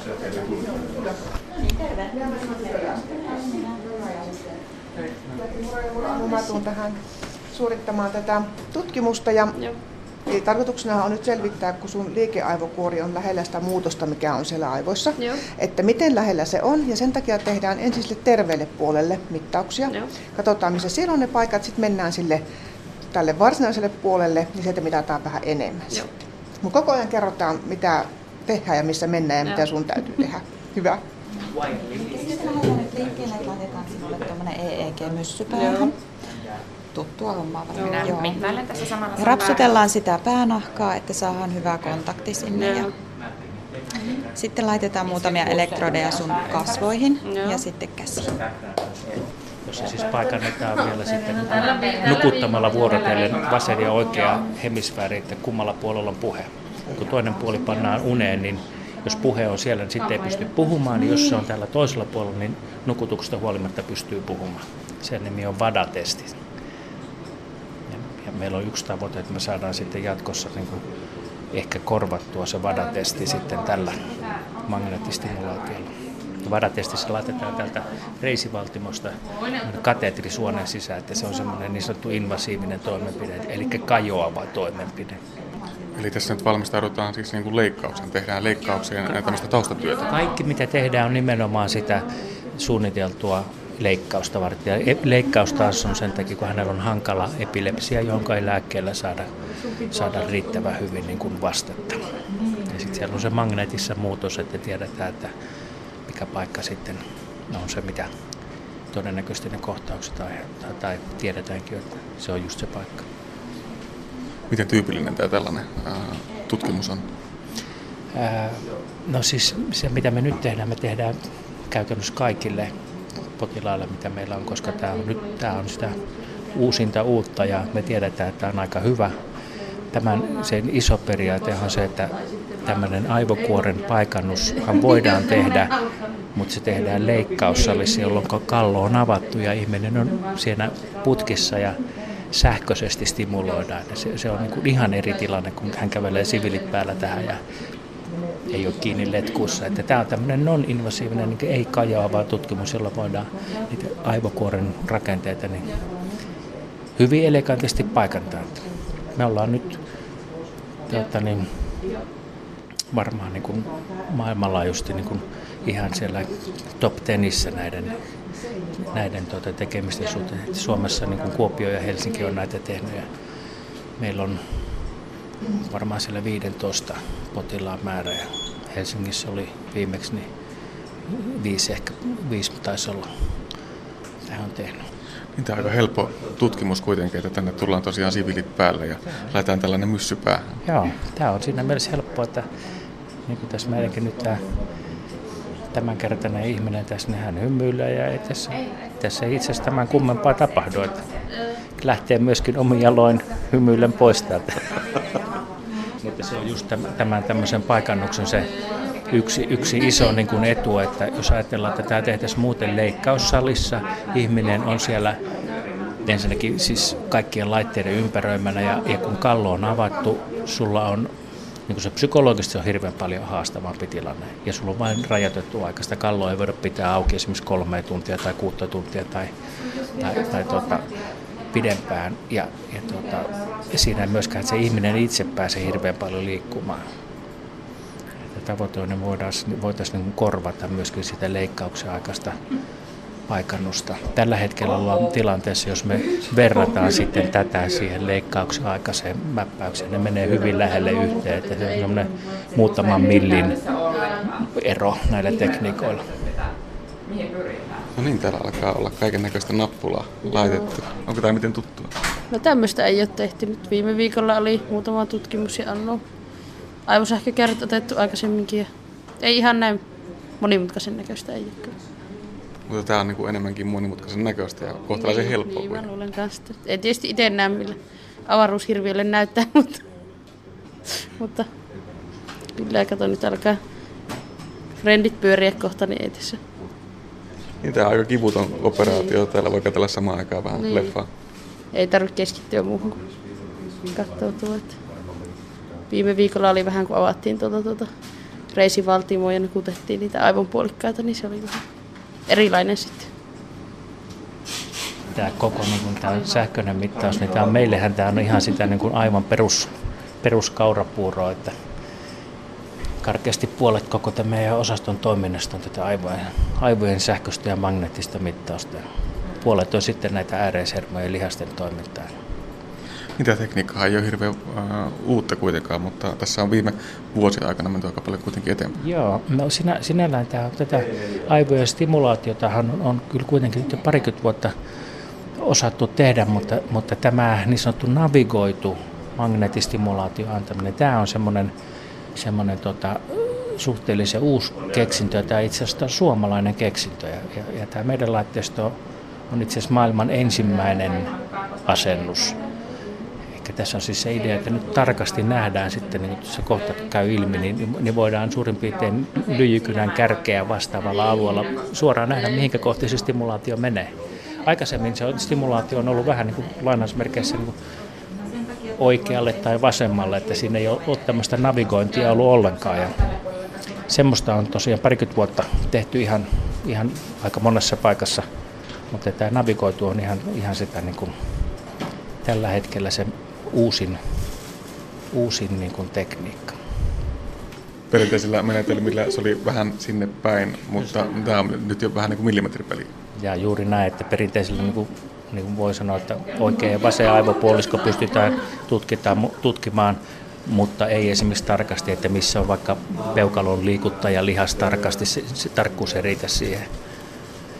Mä tuun tähän suorittamaan tätä tutkimusta ja eli tarkoituksena on nyt selvittää, kun sun liikeaivokuori on lähellä sitä muutosta, mikä on siellä aivoissa, Joo. että miten lähellä se on ja sen takia tehdään ensin sille terveelle puolelle mittauksia. Joo. Katsotaan, missä siellä on ne paikat, sitten mennään sille tälle varsinaiselle puolelle ja sieltä mitataan vähän enemmän. Mutta koko ajan kerrotaan, mitä tehdään ja missä mennään ja Joo. mitä sun täytyy tehdä. Hyvä. Sitten lähdetään nyt liikkeelle, että laitetaan sinulle tuommoinen E E G-myssy päähän. Tuttua hommaa varmaan. Joo. Ja rapsutellaan sitä päänahkaa, että saadaan hyvä kontakti sinne. Ja sitten laitetaan muutamia elektrodeja sun kasvoihin Joo. ja sitten käsiin. Jossa siis paikannetaan vielä sitten nukuttamalla vuorotellen vasen ja oikea hemisfääri, että kummalla puolella on puhe. Kun toinen puoli pannaan uneen, niin jos puhe on siellä, niin sitten ei pysty puhumaan, niin jos se on täällä toisella puolella, niin nukutuksesta huolimatta pystyy puhumaan. Sen nimi on VADA-testi. Ja, ja meillä on yksi tavoite, että me saadaan sitten jatkossa niin kuin ehkä korvattua se VADA-testi sitten tällä magneettistimulaatiolla. VADA-testissä laitetaan täältä reisivaltimosta kateetri suoneen sisään, että se on semmoinen niin sanottu invasiivinen toimenpide, eli kajoava toimenpide. Eli tässä nyt valmistaudutaan siis niin kuin leikkaukseen, tehdään leikkauksia ja tämmöistä taustatyötä. Kaikki mitä tehdään on nimenomaan sitä suunniteltua leikkausta varten. Ja leikkaus taas on sen takia, kun hänellä on hankala epilepsia, jonka ei lääkkeellä saada, saada riittävän hyvin niin kuin vastetta. Ja sitten siellä on se magneetissa muutos, että tiedetään, että mikä paikka sitten on se, mitä todennäköisesti ne kohtaukset aiheuttaa, tai tiedetäänkin, että se on just se paikka. Miten tyypillinen tämä tällainen ää, tutkimus on? Ää, no siis se, mitä me nyt tehdään, me tehdään käytännössä kaikille potilaille, mitä meillä on, koska tämä on, nyt tämä on sitä uusinta uutta ja me tiedetään, että tämä on aika hyvä. Tämän sen iso periaate on se, että tämmöinen aivokuoren paikannushan voidaan tehdä, mutta se tehdään leikkaussalissa, jolloin kallo on avattu ja ihminen on siinä putkissa ja sähköisesti stimuloidaan. Se, se on niin kuin ihan eri tilanne, kun hän kävelee siviilit päällä tähän ja ei ole kiinni letkuussa. Että tämä on tämmöinen non-invasiivinen, niin ei kajoava tutkimus, jolla voidaan niitä aivokuoren rakenteita niin hyvin elegantisti paikantaa. Me ollaan nyt tuota, niin, varmaan niin kuin maailmanlaajuisesti niin kuin ihan siellä top tenissä näiden, näiden tuota, tekemisten suhteen. Suomessa niin kuin Kuopio ja Helsinki on näitä tehnyt. Ja meillä on varmaan siellä viisitoista potilaan määrä ja Helsingissä oli viimeksi niin viisi, ehkä viisi taisi olla. Tähän on tehnyt. Niin, tämä on aika helppo tutkimus kuitenkin, että tänne tullaan tosiaan siviilit päälle ja laitetaan tällainen myssy päähän. Joo, tämä on siinä mielessä helppoa, että niin kuin tässä meidänkin nyt tämä tämänkertainen ihminen tässä, niin hän hymyilee ja ei tässä, tässä ei itse asiassa tämän kummempaa tapahdu, että lähtee myöskin omin jaloin hymyillen pois täältä. Mutta se on just tämän tämmöisen paikannuksen se yksi, yksi iso niin kuin etu, että jos ajatellaan, että tämä tehtäisiin muuten leikkaussalissa, ihminen on siellä ensinnäkin siis kaikkien laitteiden ympäröimänä ja, ja kun kallo on avattu, sulla on niin kuin se psykologisesti on hirveän paljon haastavampi tilanne ja sulla on vain rajoitettu aika. Sitä kalloa ei voida pitää auki esimerkiksi kolme tuntia tai kuutta tuntia tai, tai, tai tuota, pidempään ja, ja, tuota, ja siinä ei myöskään se ihminen itse pääse hirveän paljon liikkumaan. Tavoitteena voitaisiin, voitaisiin niin korvata myöskin sitä leikkauksen aikaista paikannusta. Tällä hetkellä ollaan tilanteessa, jos me verrataan sitten tätä siihen leikkauksen aikaiseen mäppäykseen, ne menee hyvin lähelle yhteen, että se on semmoinen muutaman millin ero näillä tekniikoilla. No niin, täällä alkaa olla kaiken näköistä nappulaa laitettu. Onko tämä miten tuttua? No tämmöistä ei ole tehty. Nyt viime viikolla oli muutama tutkimus ja anno aivosähkökärryt otettu aikaisemminkin. Ja ei ihan näin monimutkaisen näköistä ei ole kyllä. Mutta tämä on niin kuin enemmänkin monimutkaisen näköistä ja kohtalaisen niin, helppoa. Niin, mä luulen kanssa. Ei tietysti itse näe, millä avaruushirviölle näyttää, mutta, mutta kyllä kato, nyt alkaa frendit pyöriä kohta, niin ei tässä. Niin, tämä on aika kivuton operaatio. Täällä voi katsella samaan aikaan vähän niin. Leffaa. Ei tarvitse keskittyä muuhun kuin katsoutua. Viime viikolla oli vähän, kun avattiin tuota, tuota reisivaltimoa ja nukutettiin niitä aivonpuolikkaita, niin se oli vähän erilainen sitten. Tämä koko niin kuin, tämä sähköinen mittaus, niin tämä on, meillähän tämä on ihan sitä niin kuin aivan perus, peruskaurapuuroa, että karkeasti puolet koko tämän meidän osaston toiminnasta on tätä aivojen, aivojen sähköistä ja magneettista mittausta. Puolet on sitten näitä ääreishermojen ja lihasten toimintaa. Mitä tekniikkaa ei ole hirveän uh, uutta kuitenkaan, mutta tässä on viime vuosien aikana menty aika paljon kuitenkin eteenpäin. Joo, no sinä, sinällään tämä, tätä aivojen stimulaatiotahan on, on kyllä kuitenkin nyt jo parikymmentä vuotta osattu tehdä, mutta, mutta tämä niin sanottu navigoitu magneettistimulaation antaminen, tämä on semmoinen, semmoinen tota, suhteellisen uusi keksintö, ja tämä itse asiassa on suomalainen keksintö, ja, ja, ja tämä meidän laitteisto on itse asiassa maailman ensimmäinen asennus. Tässä on siis se idea, että nyt tarkasti nähdään sitten, niin kun se kohta käy ilmi, niin, niin voidaan suurin piirtein lyijykynän kärkeä vastaavalla alueella suoraan nähdä, mihinkä kohti se stimulaatio menee. Aikaisemmin se stimulaatio on ollut vähän niin kuin lainausmerkeissä niin kuin oikealle tai vasemmalle, että siinä ei ole tämmöistä navigointia ollut ollenkaan. Ja semmoista on tosiaan parikymmentä vuotta tehty ihan, ihan aika monessa paikassa, mutta tämä navigoitu on ihan, ihan sitä niin kuin tällä hetkellä se uusin, uusin niin kuin tekniikka. Perinteisillä menetelmillä se oli vähän sinne päin, mutta tämä on nyt jo vähän niin kuin millimetripeli. Ja juuri näin, että perinteisillä niin kuin, niin kuin voi sanoa, että oikea ja vasen aivopuolisko pystytään tutkimaan, mutta ei esimerkiksi tarkasti, että missä on vaikka peukalon liikuttaja lihas tarkasti, se, se tarkkuus ei riitä siihen.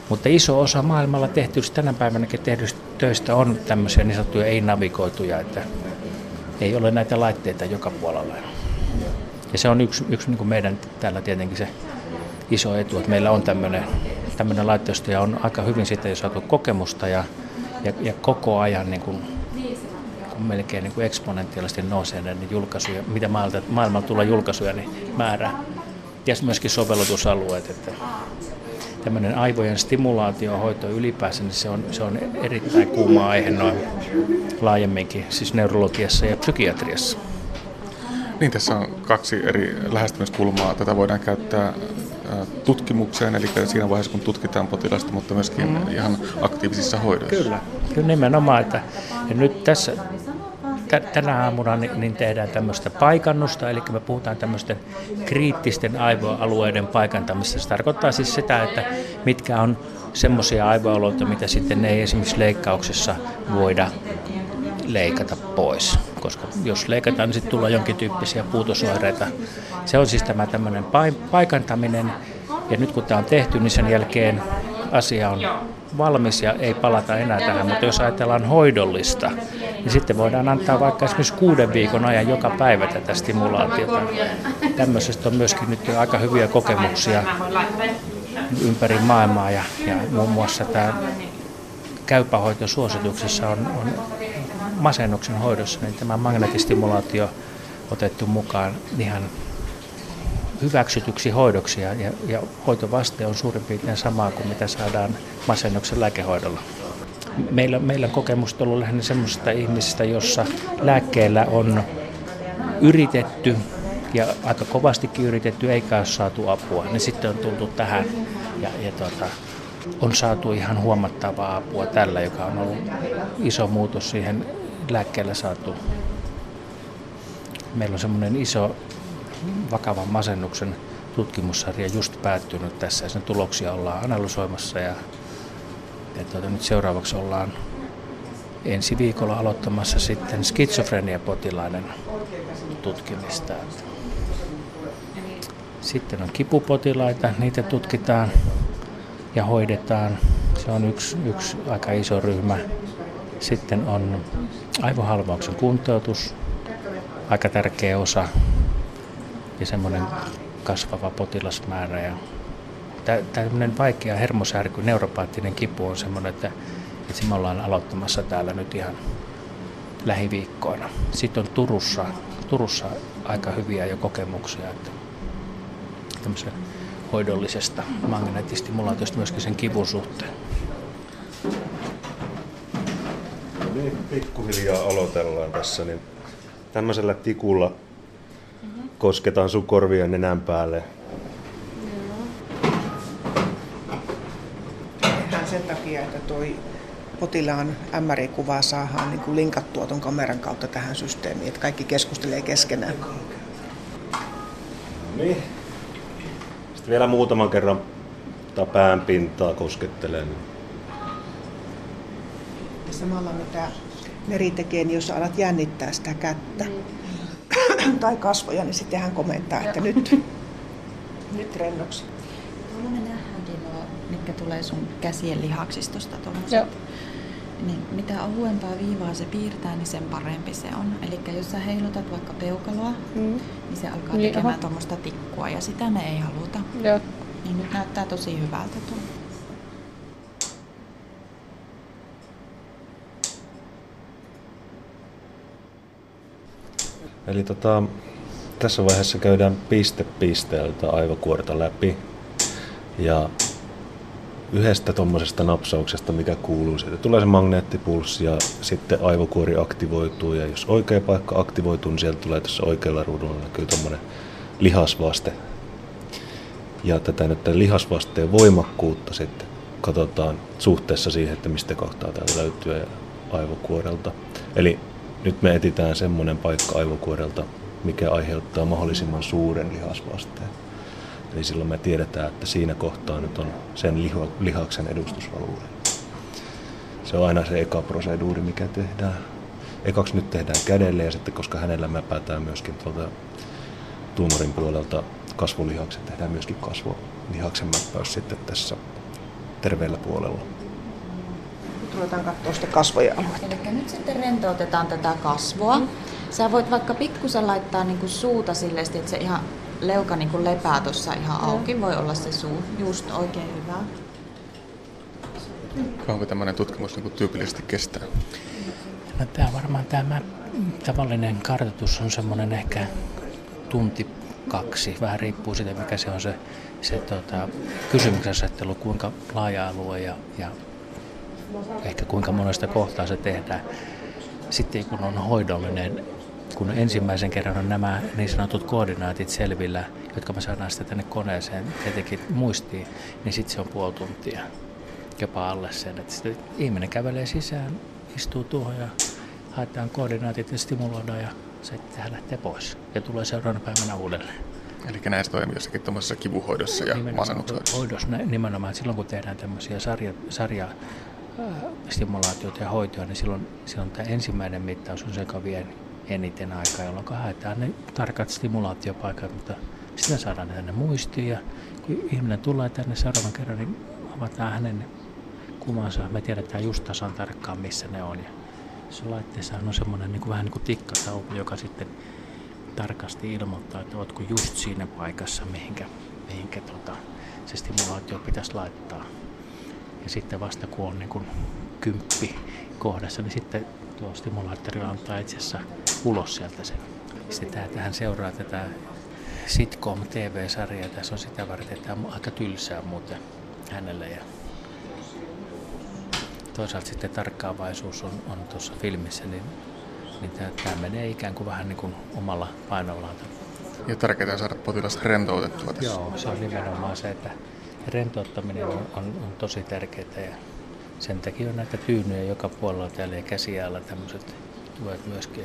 Mutta iso osa maailmalla tehtyistä, tänä päivänäkin tehdyistä töistä on tämmöisiä niin sanottuja ei-navigoituja, että ei ole näitä laitteita joka puolella. Ja se on yksi, yksi niin kuin meidän täällä tietenkin se iso etu, että meillä on tämmöinen, tämmöinen laitteisto ja on aika hyvin siitä jo saatu kokemusta ja, ja, ja koko ajan niin kuin, kun melkein niin kuin eksponentiaalisesti nousee näiden julkaisuja, mitä maailmalta, maailmalta tulee julkaisuja, niin määrä ja myöskin sovellutusalueet. Että tämmöinen aivojen stimulaatiohoito ylipäänsä, niin se on, se on erittäin kuuma aihe noin laajemminkin, siis neurologiassa ja psykiatriassa. Niin, tässä on kaksi eri lähestymiskulmaa. Tätä voidaan käyttää tutkimukseen, eli siinä vaiheessa, kun tutkitaan potilasta, mutta myöskin mm. ihan aktiivisissa hoidoissa. Kyllä, kyllä nimenomaan. Että, ja nyt tässä t- tänä aamuna niin, niin tehdään tämmöistä paikannusta, eli me puhutaan tämmöisten kriittisten aivoalueiden paikantamisesta. Se tarkoittaa siis sitä, että mitkä on semmoisia aivoalueita, mitä sitten ei esimerkiksi leikkauksessa voida leikata pois, koska jos leikataan, niin sitten tulee jonkin tyyppisiä puutosoireita. Se on siis tämä tämmöinen paikantaminen, ja nyt kun tämä on tehty, niin sen jälkeen asia on valmis ja ei palata enää tähän, mutta jos ajatellaan hoidollista, niin sitten voidaan antaa vaikka esimerkiksi kuuden viikon ajan joka päivä tätä stimulaatiota. Tämmöisestä on myöskin nyt jo aika hyviä kokemuksia ympäri maailmaa, ja, ja muun muassa tämä käypähoitosuosituksessa on, on masennuksen hoidossa, niin tämä magneettistimulaatio otettu mukaan ihan hyväksytyksi hoidoksi ja, ja hoitovaste on suurin piirtein samaa kuin mitä saadaan masennuksen lääkehoidolla. Meillä, meillä on kokemusta ollut lähinnä semmoisista ihmisistä, jossa lääkkeellä on yritetty ja aika kovastikin yritetty, eikä ole saatu apua, niin sitten on tultu tähän ja, ja tuota, on saatu ihan huomattavaa apua tällä, joka on ollut iso muutos siihen lääkkeellä saatu. Meillä on semmoinen iso vakavan masennuksen tutkimussarja just päättynyt tässä ja sen tuloksia ollaan analysoimassa ja, ja tuota, nyt seuraavaksi ollaan ensi viikolla aloittamassa sitten skitsofreniapotilaiden tutkimista. Sitten on kipupotilaita, niitä tutkitaan ja hoidetaan. Se on yksi, yksi aika iso ryhmä. Sitten on aivohalvauksen kuntoutus, aika tärkeä osa ja semmoinen kasvava potilasmäärä. Ja tämmöinen vaikea hermosärky, neuropaattinen kipu on semmoinen, että, että me ollaan aloittamassa täällä nyt ihan lähiviikkoina. Sitten on Turussa, Turussa aika hyviä jo kokemuksia että tämmöisen hoidollisesta magneettistimulaatiosta myöskin sen kivun suhteen. No niin, pikkuhiljaa aloitellaan tässä, niin tämmöisellä tikulla mm-hmm. kosketaan sun korvia nenän päälle. Tehdään sen takia, että toi potilaan M R I-kuva saadaan niin kuin linkattua ton kameran kautta tähän systeemiin, että kaikki keskustelee keskenään. No niin. Sitten vielä muutaman kerran pään pintaa koskettelen. Ja samalla mitä Meri tekee, niin jos alat jännittää sitä kättä mm. tai kasvoja, niin sitten hän komentaa, että nyt, nyt rennoksi. Tuolla me nähdäänkin nuo, mitkä tulee sun käsien lihaksistosta. Joo. Niin mitä ohuempaa viivaa se piirtää, niin sen parempi se on. Eli jos sä heilutat vaikka peukaloa, mm. niin se alkaa niin, tekemään tuommoista tikkua ja sitä me ei haluta. Joo. Niin nyt näyttää tosi hyvältä tuo. Eli tota, tässä vaiheessa käydään piste pisteeltä aivokuorta läpi. Ja yhdestä tuommoisesta napsauksesta, mikä kuuluu, siitä tulee se magneettipulssi ja sitten aivokuori aktivoituu. Ja jos oikea paikka aktivoituu, niin sieltä tulee tässä oikealla ruudulla näkyy tuommoinen lihasvaste. Ja tätä nyt tämän lihasvasteen voimakkuutta sitten katsotaan suhteessa siihen, että mistä kohtaa täältä löytyy aivokuorelta. Eli nyt me etsitään semmoinen paikka aivokuorelta, mikä aiheuttaa mahdollisimman suuren lihasvasteen. Eli silloin me tiedetään, että siinä kohtaa nyt on sen liho, lihaksen edustusalue. Se on aina se eka proseduuri, mikä tehdään. Ekaksi nyt tehdään kädelle ja sitten, koska hänellä mäpätään myöskin tuolta tuumorin puolelta kasvolihakset, tehdään myöskin kasvolihaksen mäppäys sitten tässä terveellä puolella. Nyt ruvetaan katsoa sitä kasvojen aluetta. Eli nyt sitten rentoutetaan tätä kasvoa. Sä voit vaikka pikkusen laittaa niinku suuta silleen, että se ihan leuka niinku lepää tuossa ihan auki. Voi olla se suu just oikein hyvä. Kauanko tämmöinen tutkimus niin tyypillisesti kestää? No, tämä varmaan tämä tavallinen kartoitus on semmoinen ehkä tunti kaksi. Vähän riippuu siitä, mikä se on se, se tota, kysymyksenasettelu, kuinka laaja alue ja, ja ehkä kuinka monesta kohtaa se tehdään. Sitten kun on hoidollinen, kun ensimmäisen kerran on nämä niin sanotut koordinaatit selvillä, jotka me saadaan sitten tänne koneeseen tietenkin muistiin, niin sitten se on puoli tuntia. Jopa alle sen, että sitten ihminen kävelee sisään, istuu tuohon ja haetaan koordinaatit ja stimuloidaan ja sitten hän lähtee pois ja tulee seuraavana päivänä uudelleen. Eli näin se toimii jossakin tuommoisessa kivuhoidossa ja masennushoidossa? Hoidossa nimenomaan. Silloin kun tehdään tämmöisiä sarja, sarja stimulaatioita ja hoitoja, niin silloin, silloin tämä ensimmäinen mittaus on se, joka vie eniten aikaa, jolloin haetaan ne tarkat stimulaatiopaikat, mutta sitten saadaan ne tänne muistiin ja kun ihminen tulee tänne seuraavan kerran, niin avataan hänen kuvansa. Me tiedetään just tasan tarkkaan, missä ne on. Ja se laitteessa on semmoinen niin kuin, vähän niin kuin tikkatauko, joka sitten tarkasti ilmoittaa, että oletko just siinä paikassa, mihinkä, mihinkä tota, se stimulaatio pitäisi laittaa. Ja sitten vasta kun on niin kuin kymppi kohdassa, niin sitten tuo stimulaattori antaa itse asiassa ulos sieltä sen. Sitten tähän seuraa tätä sitcom T V-sarjaa. Tässä on sitä varten, että tämä on aika tylsää muuten hänelle. Ja toisaalta sitten tarkkaavaisuus on, on tuossa filmissä, niin, niin tämä, tämä menee ikään kuin vähän niin kuin omalla painollaan. Ja tärkeää saada potilas rentoutettua tässä. Joo, se on nimenomaan se, että rentouttaminen on, on, on tosi tärkeää ja sen takia on näitä tyynyjä joka puolella täällä ja käsiäällä tämmöiset tuet myöskin.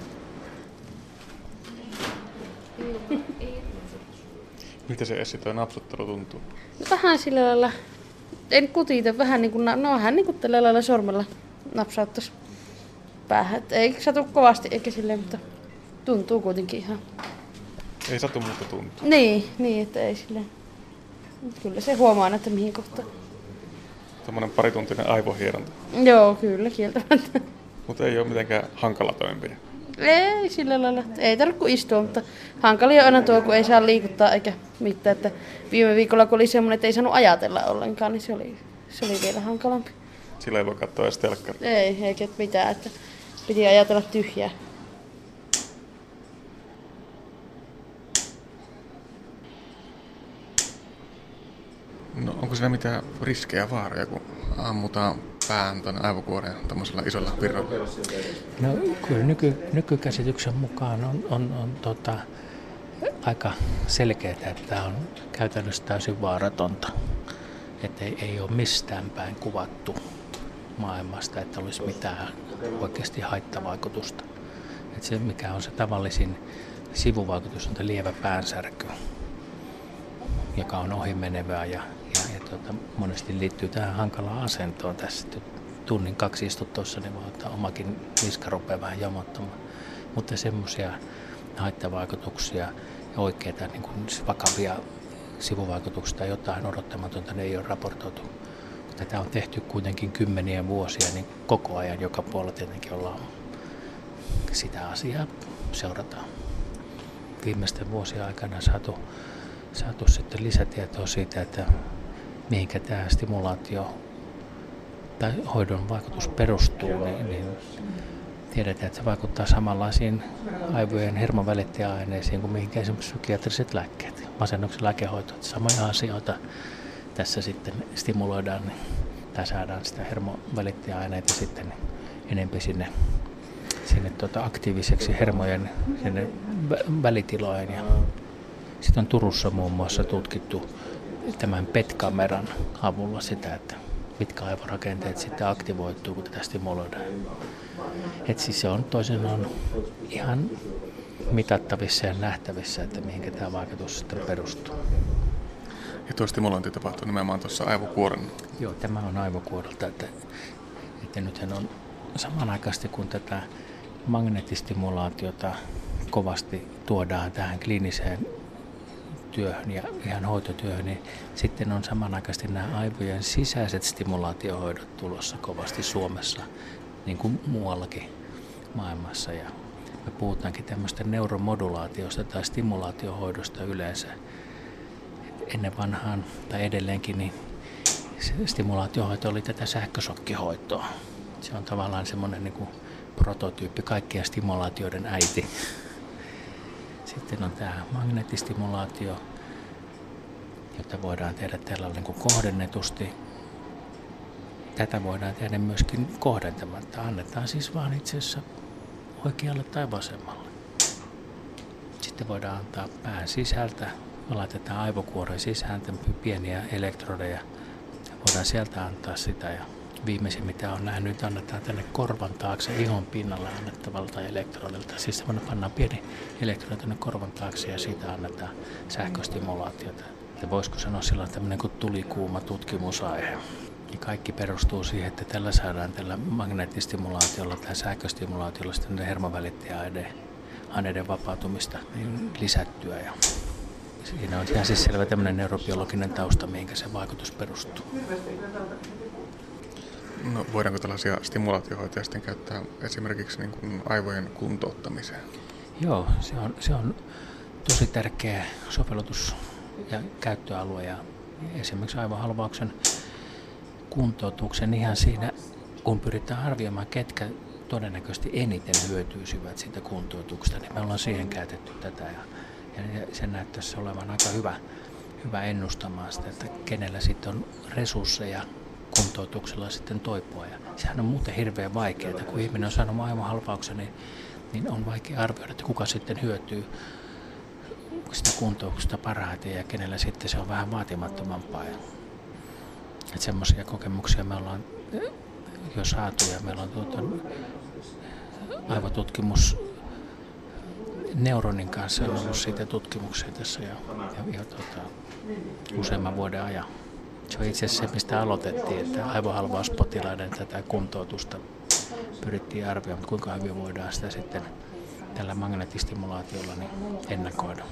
Miltä se Essi toi napsuttelu tuntuu? No, vähän sillä lailla, en kutita, vähän niin kuin, no vähän niin kuin tällä lailla sormella napsauttaisi päähän. Et ei satu kovasti eikä silleen, mutta tuntuu kuitenkin ihan. Ei satu, mutta tuntuu. Niin, niin että ei silleen. Kyllä se huomaa, että mihin kohtaan. Tämmöinen parituntinen aivohieronta. Joo, kyllä, kieltämättä. Mutta ei ole mitenkään hankala toimenpide. Ei sillä lailla. Ei tarvitse kuin istua, mutta hankalia on aina tuo, kun ei saa liikuttaa eikä mitään. Että viime viikolla, kun oli semmoinen, että ei saanut ajatella ollenkaan, niin se oli, se oli vielä hankalampi. Sillä ei voi katsoa edes telkkaria. Ei, eikä mitään. Että piti ajatella tyhjää. No, onko siinä mitään riskejä, vaaroja, kun ammutaan pään tuonne aivokuoreen tämmöisellä isolla virralla? No kyllä nyky, nykykäsityksen mukaan on, on, on tota, aika selkeää, että tämä on käytännössä täysin vaaratonta. Että ei, ei ole mistään päin kuvattu maailmasta, että olisi mitään oikeasti haittavaikutusta. Että se mikä on se tavallisin sivuvaikutus on tämä lievä päänsärky, joka on ohimenevää ja, ja, ja tuota, monesti liittyy tähän hankalaan asentoon tässä. Tunnin kaksi istut tuossa, niin voi ottaa omakin niska rupeaa vähän jomottamaan. Mutta semmoisia haittavaikutuksia ja oikeita niin kuin vakavia sivuvaikutuksia tai jotain odottamatonta, ne ei ole raportoitu. Kun tätä on tehty kuitenkin kymmeniä vuosia, niin koko ajan joka puolella tietenkin ollaan sitä asiaa seurataan. Viimeisten vuosien aikana saatu saatu sitten lisätietoa siitä, että mihinkä tämä stimulaatio tai hoidon vaikutus perustuu, niin, niin tiedetään, että se vaikuttaa samanlaisiin aivojen hermovälittäjäaineisiin kuin mihinkä esimerkiksi psykiatriset lääkkeet, masennuksen lääkehoito. Samoja asioita tässä sitten stimuloidaan niin, tai saadaan sitä hermovälittäjäaineita sitten enemmän sinne, sinne tuota aktiiviseksi hermojen sinne välitiloihin. Ja sitten on Turussa muun muassa tutkittu tämän P E T-kameran avulla sitä, että mitkä aivorakenteet sitten aktivoituu, kun tätä stimuloidaan. Et siis se on toisin on ihan mitattavissa ja nähtävissä, että mihinkä tämä vaikutus sitten perustuu. Ja tuo stimulointi tapahtuu nimenomaan tuossa aivokuoren. Joo, tämä on aivokuorelta, että, että nythän on samanaikaisesti kun tätä magneettistimulaatiota kovasti tuodaan tähän kliiniseen työhön ja ihan hoitotyöhön, niin sitten on samanaikaisesti nämä aivojen sisäiset stimulaatiohoidot tulossa kovasti Suomessa, niin kuin muuallakin maailmassa. Ja me puhutaankin tämmöistä neuromodulaatiosta tai stimulaatiohoidosta yleensä. Ennen vanhaan tai edelleenkin niin stimulaatiohoito oli tätä sähkösokkihoitoa. Se on tavallaan semmoinen niin kuin prototyyppi, kaikkien stimulaatioiden äiti. Sitten on tämä magneettistimulaatio, jota voidaan tehdä tällä niin kuin kohdennetusti. Tätä voidaan tehdä myöskin kohdentamatta. Annetaan siis vaan itse asiassa oikealle tai vasemmalle. Sitten voidaan antaa pään sisältä. Me laitetaan aivokuoren sisään pieniä elektrodeja. Voidaan sieltä antaa sitä. Ja viimeisin mitä on nähnyt, annetaan tänne korvan taakse ihon pinnalle annettavalta elektrodilta. Siis semmoinen pannaan pieni elektrodi tänne korvan taakse ja siitä annetaan sähköstimulaatiota. Ja voisiko sanoa sillä tämmöinen kuin tulikuuma tutkimusaihe. Ja kaikki perustuu siihen, että tällä saadaan tällä magneettistimulaatiolla tai sähköstimulaatiolla sitten hermovälittäjäaineiden vapautumista niin lisättyä. Ja siinä on ihan siis selvä tämmöinen neurobiologinen tausta, mihinkä se vaikutus perustuu. No, voidaanko tällaisia stimulaatiohoitoja sitten käyttää esimerkiksi niin kuin aivojen kuntouttamiseen? Joo, se on, se on tosi tärkeä sovellutus ja käyttöalue ja esimerkiksi aivohalvauksen kuntoutuksen ihan siinä, kun pyritään arvioimaan, ketkä todennäköisesti eniten hyötyisivät siitä kuntoutuksesta, niin me ollaan siihen käytetty tätä ja, ja se näyttäisi olevan aika hyvä, hyvä ennustamaan sitä, että kenellä sitten on resursseja kuntoutuksella sitten toipua. Ja sehän on muuten hirveän vaikeaa, kun ihminen on saanut aivohalvauksen, niin, niin on vaikea arvioida, että kuka sitten hyötyy sitä kuntoutuksesta parhaiten ja kenellä sitten se on vähän vaatimattomampaa. Että semmoisia kokemuksia me ollaan jo saatu ja meillä on tuota, aivotutkimus Neuronin kanssa on ollut siitä tutkimuksia tässä jo, jo, jo tuota, useamman vuoden ajan. Se on itse asiassa se, mistä aloitettiin, että aivohalvauspotilaiden tätä kuntoutusta pyrittiin arvioimaan, kuinka hyvin voidaan sitä sitten tällä magneettistimulaatiolla niin ennakoida.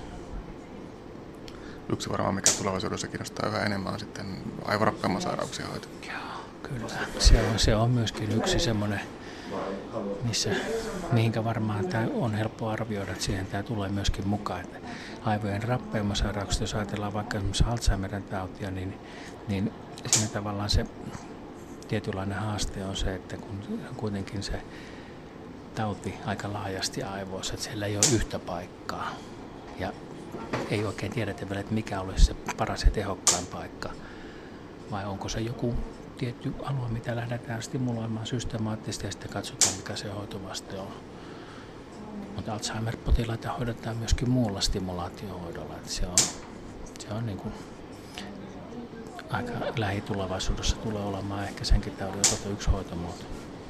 Yksi varmaan, mikä tulevaisuudessa kiinnostaa yhä enemmän, on sitten aivorappeumasairauksien hoito. Joo, kyllä. Se on, se on myöskin yksi semmoinen, missä, mihinkä varmaan tämä on helppo arvioida, että siihen tämä tulee myöskin mukaan. Että aivojen rappeumasairaukset, jos ajatellaan vaikka esimerkiksi Alzheimerin tautia, niin, niin siinä tavallaan se tietynlainen haaste on se, että kun kuitenkin se tauti aika laajasti aivoissa, että siellä ei ole yhtä paikkaa. Ja ei oikein tiedetä vielä, että mikä olisi se paras ja tehokkain paikka. Vai onko se joku tietty alue, mitä lähdetään stimuloimaan systemaattisesti ja sitten katsotaan, mikä se hoitovaste on. Mutta Alzheimer-potilaita hoidetaan myöskin muulla stimulaatiohoidolla. Että se on, se on niin kuin aika lähitulevaisuudessa tulee olemaan ehkä senkin taudin osalta yksi hoitomuoto.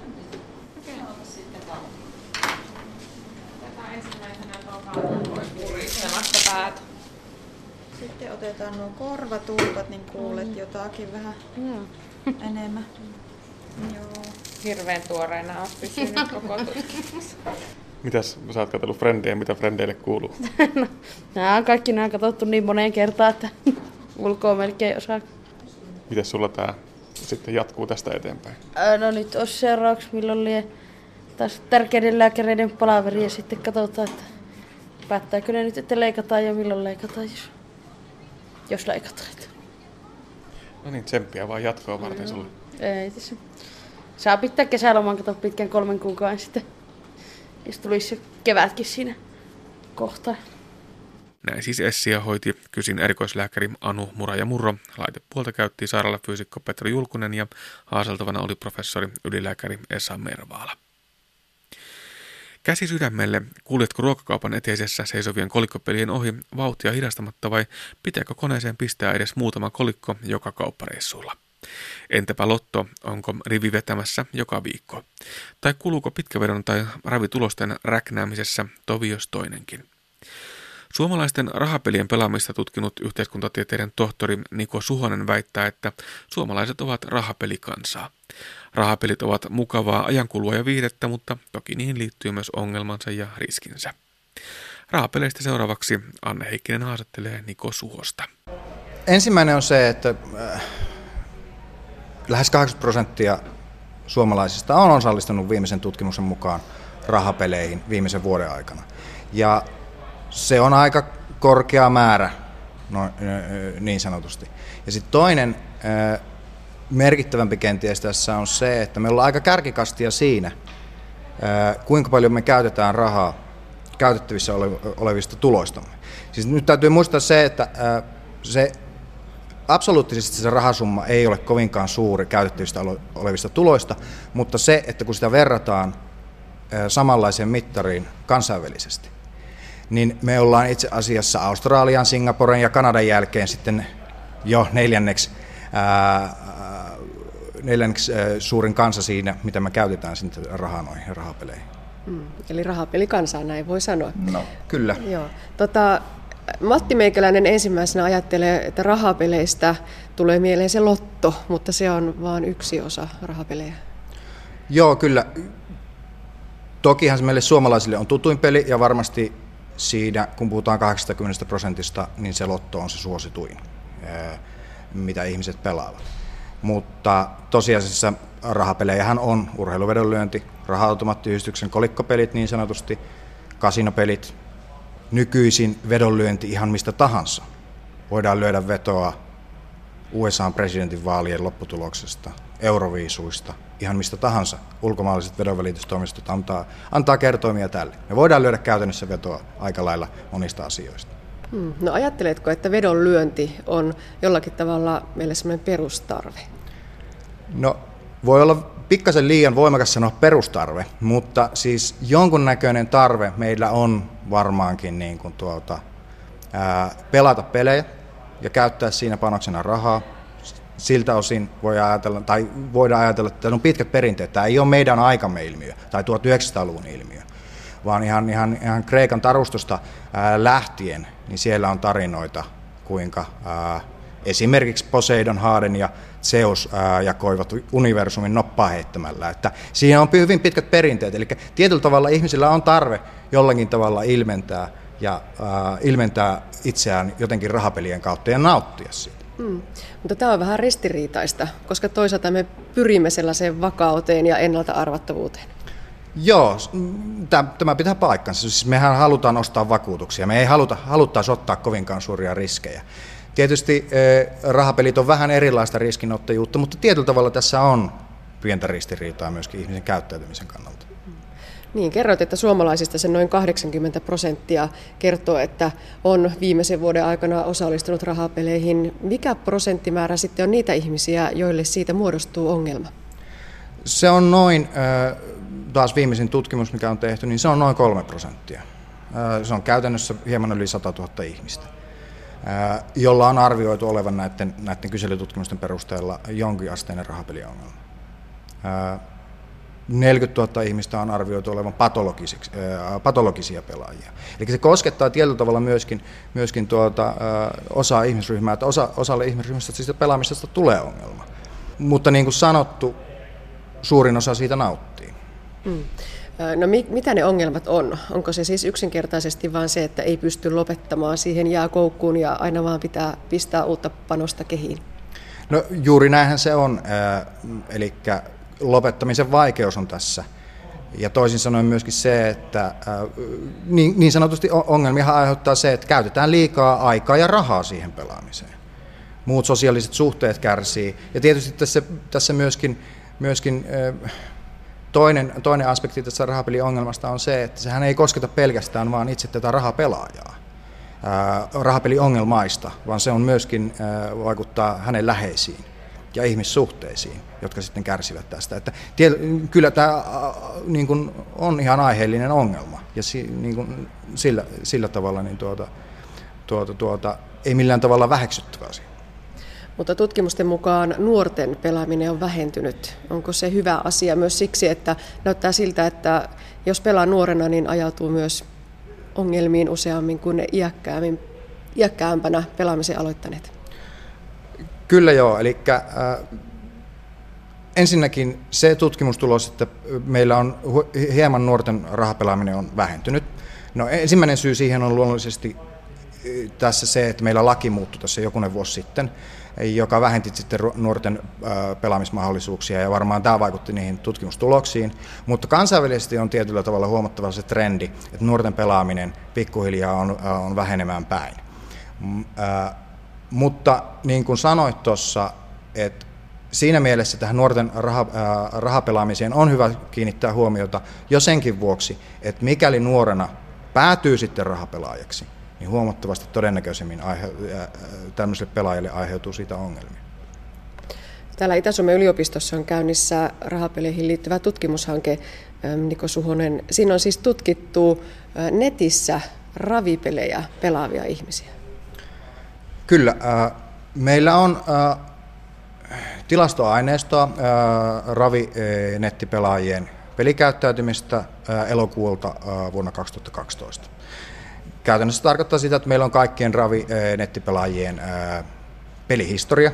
Sitten otetaan nuo korvatulpat, niin kuulet jotakin vähän mm. enemmän. Joo. Hirveän tuoreena on pysynyt koko tutkimus. Mitäs sä oot katsellut Frendejä, mitä Frendeille kuuluu? No, nämä on kaikki nämä katsottu niin moneen kertaan, että ulkoa melkein osaa. Mitäs sulla tää sitten jatkuu tästä eteenpäin? Ää, no nyt olisi seuraavaksi, milloin lie taas tärkeiden lääkäreiden palaveri ja sitten katsotaan, että päättääkö ne nyt, että leikataan ja milloin leikataan, jos, jos leikataan. No niin, tsemppiä vaan jatkoa varten sulle. Ei tässä. Saa pitää kesäloman, kato pitkän kolmen kuukauden sitten. Jos tulisi se kevätkin siinä kohtaa. Näin siis Essiä hoiti Kysin erikoislääkäri Anu Muraja-Murro. Laitepuolta käytti sairaalafyysikko Petri Julkunen ja haaseltavana oli professori ylilääkäri Esa Mervaala. Käsi sydämelle, kuljetko ruokakaupan eteisessä seisovien kolikkopelien ohi vauhtia hidastamatta vai pitääkö koneeseen pistää edes muutama kolikko joka kauppareissulla? Entäpä lotto, onko rivi vetämässä joka viikko? Tai kuluuko pitkävedon tai ravitulosten räknäämisessä tovi jos toinenkin? Suomalaisten rahapelien pelaamista tutkinut yhteiskuntatieteiden tohtori Niko Suhonen väittää, että suomalaiset ovat rahapelikansaa. Rahapelit ovat mukavaa ajankulua ja viihdettä, mutta toki niihin liittyy myös ongelmansa ja riskinsä. Rahapeleistä seuraavaksi Anne Heikkinen haastattelee Niko Suhosta. Ensimmäinen on se, että äh, lähes kahdeksankymmentä prosenttia suomalaisista on osallistunut viimeisen tutkimuksen mukaan rahapeleihin viimeisen vuoden aikana. Ja se on aika korkea määrä, no, niin sanotusti. Ja sitten toinen äh, merkittävämpi kenties tässä on se, että me ollaan aika kärkikastia siinä, äh, kuinka paljon me käytetään rahaa käytettävissä olevista tuloistamme. Siis nyt täytyy muistaa se, että äh, se absoluuttisesti se rahasumma ei ole kovinkaan suuri käytettävistä olevista tuloista, mutta se, että kun sitä verrataan samanlaiseen mittariin kansainvälisesti, niin me ollaan itse asiassa Australian, Singaporen ja Kanadan jälkeen sitten jo neljänneksi, ää, neljänneksi ää, suurin kansa siinä, mitä me käytetään sitten rahaa noihin rahapeleihin. Mm, eli rahapelikansaa, näin voi sanoa. No, kyllä. Joo. Tota, Matti Meikäläinen ensimmäisenä ajattelee, että rahapeleistä tulee mieleen se lotto, mutta se on vain yksi osa rahapelejä. Joo, kyllä. Tokihan se meille suomalaisille on tutuin peli ja varmasti siinä, kun puhutaan kahdeksankymmentä prosentista, niin se lotto on se suosituin, mitä ihmiset pelaavat. Mutta tosiasiassa rahapelejähän on urheiluvedonlyönti, raha-automaattiyhdistyksen kolikkopelit niin sanotusti, kasinopelit, nykyisin vedonlyönti ihan mistä tahansa. Voidaan lyödä vetoa U S A:n presidentinvaalien lopputuloksesta, euroviisuista, ihan mistä tahansa. Ulkomaalaiset vedonvälitystoimistot antaa, antaa kertoimia tälle. Me voidaan lyödä käytännössä vetoa aika lailla monista asioista. Hmm. No ajatteletko, että vedonlyönti on jollakin tavalla meille sellainen perustarve? No voi olla pikkasen liian voimakas sanoa perustarve, mutta siis jonkunnäköinen tarve meillä on varmaankin niin kuin tuota, ää, pelata pelejä ja käyttää siinä panoksena rahaa. Siltä osin voi ajatella, tai voidaan ajatella, että tämä on pitkät perinteet. Tämä ei ole meidän aikamme ilmiö tai tuhatyhdeksänsataaluvun ilmiö, vaan ihan, ihan, ihan Kreikan tarustosta ää, lähtien, niin siellä on tarinoita, kuinka ää, esimerkiksi Poseidon, Haaden ja Zeus ää, jakoivat universumin noppaa heittämällä. Että siinä on hyvin pitkät perinteet, eli tietyllä tavalla ihmisillä on tarve jollakin tavalla ilmentää ja ää, ilmentää itseään jotenkin rahapelien kautta ja nauttia siitä. Hmm. Mutta tämä on vähän ristiriitaista, koska toisaalta me pyrimme sellaiseen vakauteen ja ennalta arvattavuuteen. Joo, tämä pitää paikkansa. Siis mehän halutaan ostaa vakuutuksia, me ei haluta, haluttaisi ottaa kovinkaan suuria riskejä. Tietysti eh, rahapelit on vähän erilaista riskinottajuutta, mutta tietyllä tavalla tässä on pientä ristiriitaa myöskin ihmisen käyttäytymisen kannalta. Niin, kerroit, että suomalaisista sen noin kahdeksankymmentä prosenttia kertoo, että on viimeisen vuoden aikana osallistunut rahapeleihin. Mikä prosenttimäärä sitten on niitä ihmisiä, joille siitä muodostuu ongelma? Se on noin, taas viimeisin tutkimus, mikä on tehty, niin se on noin kolme prosenttia. Se on käytännössä hieman yli sata tuhatta ihmistä, jolla on arvioitu olevan näiden, näiden kyselytutkimusten perusteella jonkinasteinen rahapeliongelma. neljäkymmentätuhatta ihmistä on arvioitu olevan patologisia pelaajia. Eli se koskettaa tietyllä tavalla myöskin, myöskin tuota, osaa ihmisryhmää, että osa, osalle ihmisryhmästä siitä pelaamisesta tulee ongelma. Mutta niin kuin sanottu, suurin osa siitä nauttii. Mm. No mi- mitä ne ongelmat on? Onko se siis yksinkertaisesti vain se, että ei pysty lopettamaan, siihen jää koukkuun ja aina vaan pitää pistää uutta panosta kehiin? No juuri näinhän se on, eli lopettamisen vaikeus on tässä. Ja toisin sanoen myöskin se, että niin, niin sanotusti ongelmia aiheuttaa se, että käytetään liikaa aikaa ja rahaa siihen pelaamiseen. Muut sosiaaliset suhteet kärsii. Ja tietysti tässä, tässä myöskin, myöskin toinen, toinen aspekti tässä rahapeliongelmasta on se, että sehän ei kosketa pelkästään vaan itse tätä rahapelaajaa, rahapeliongelmaista, vaan se on myöskin vaikuttaa hänen läheisiin ja ihmissuhteisiin, jotka sitten kärsivät tästä. Että tie, kyllä tämä niin kuin on ihan aiheellinen ongelma ja si, niin kuin sillä, sillä tavalla niin tuota, tuota, tuota, ei millään tavalla väheksyttävä asia. Mutta tutkimusten mukaan nuorten pelaaminen on vähentynyt. Onko se hyvä asia myös siksi, että näyttää siltä, että jos pelaa nuorena, niin ajautuu myös ongelmiin useammin kuin ne iäkkäämmin, iäkkäämpänä pelaamisen aloittaneet? Kyllä joo, eli äh, ensinnäkin se tutkimustulos, että meillä on hieman nuorten rahapelaaminen on vähentynyt, No ensimmäinen syy siihen on luonnollisesti tässä se, että meillä laki muuttui tässä jokunen vuosi sitten, joka vähenti sitten nuorten pelaamismahdollisuuksia ja varmaan tämä vaikutti niihin tutkimustuloksiin, mutta kansainvälisesti on tietyllä tavalla huomattava se trendi, että nuorten pelaaminen pikkuhiljaa on, on vähenemään päin. Mutta niin kuin sanoit tuossa, että siinä mielessä tähän nuorten rah, rahapelaamiseen on hyvä kiinnittää huomiota jo senkin vuoksi, että mikäli nuorena päätyy sitten rahapelaajaksi, niin huomattavasti todennäköisemmin aihe, tämmöiselle pelaajalle aiheutuu siitä ongelmia. Täällä Itä-Suomen yliopistossa on käynnissä rahapeleihin liittyvä tutkimushanke, Niko Suhonen. Siinä on siis tutkittu netissä ravipelejä pelaavia ihmisiä. Kyllä. Meillä on tilastoaineistoa ravinettipelaajien pelikäyttäytymistä elokuulta vuonna kaksituhattakaksitoista. Käytännössä tarkoittaa sitä, että meillä on kaikkien ravinettipelaajien pelihistoria,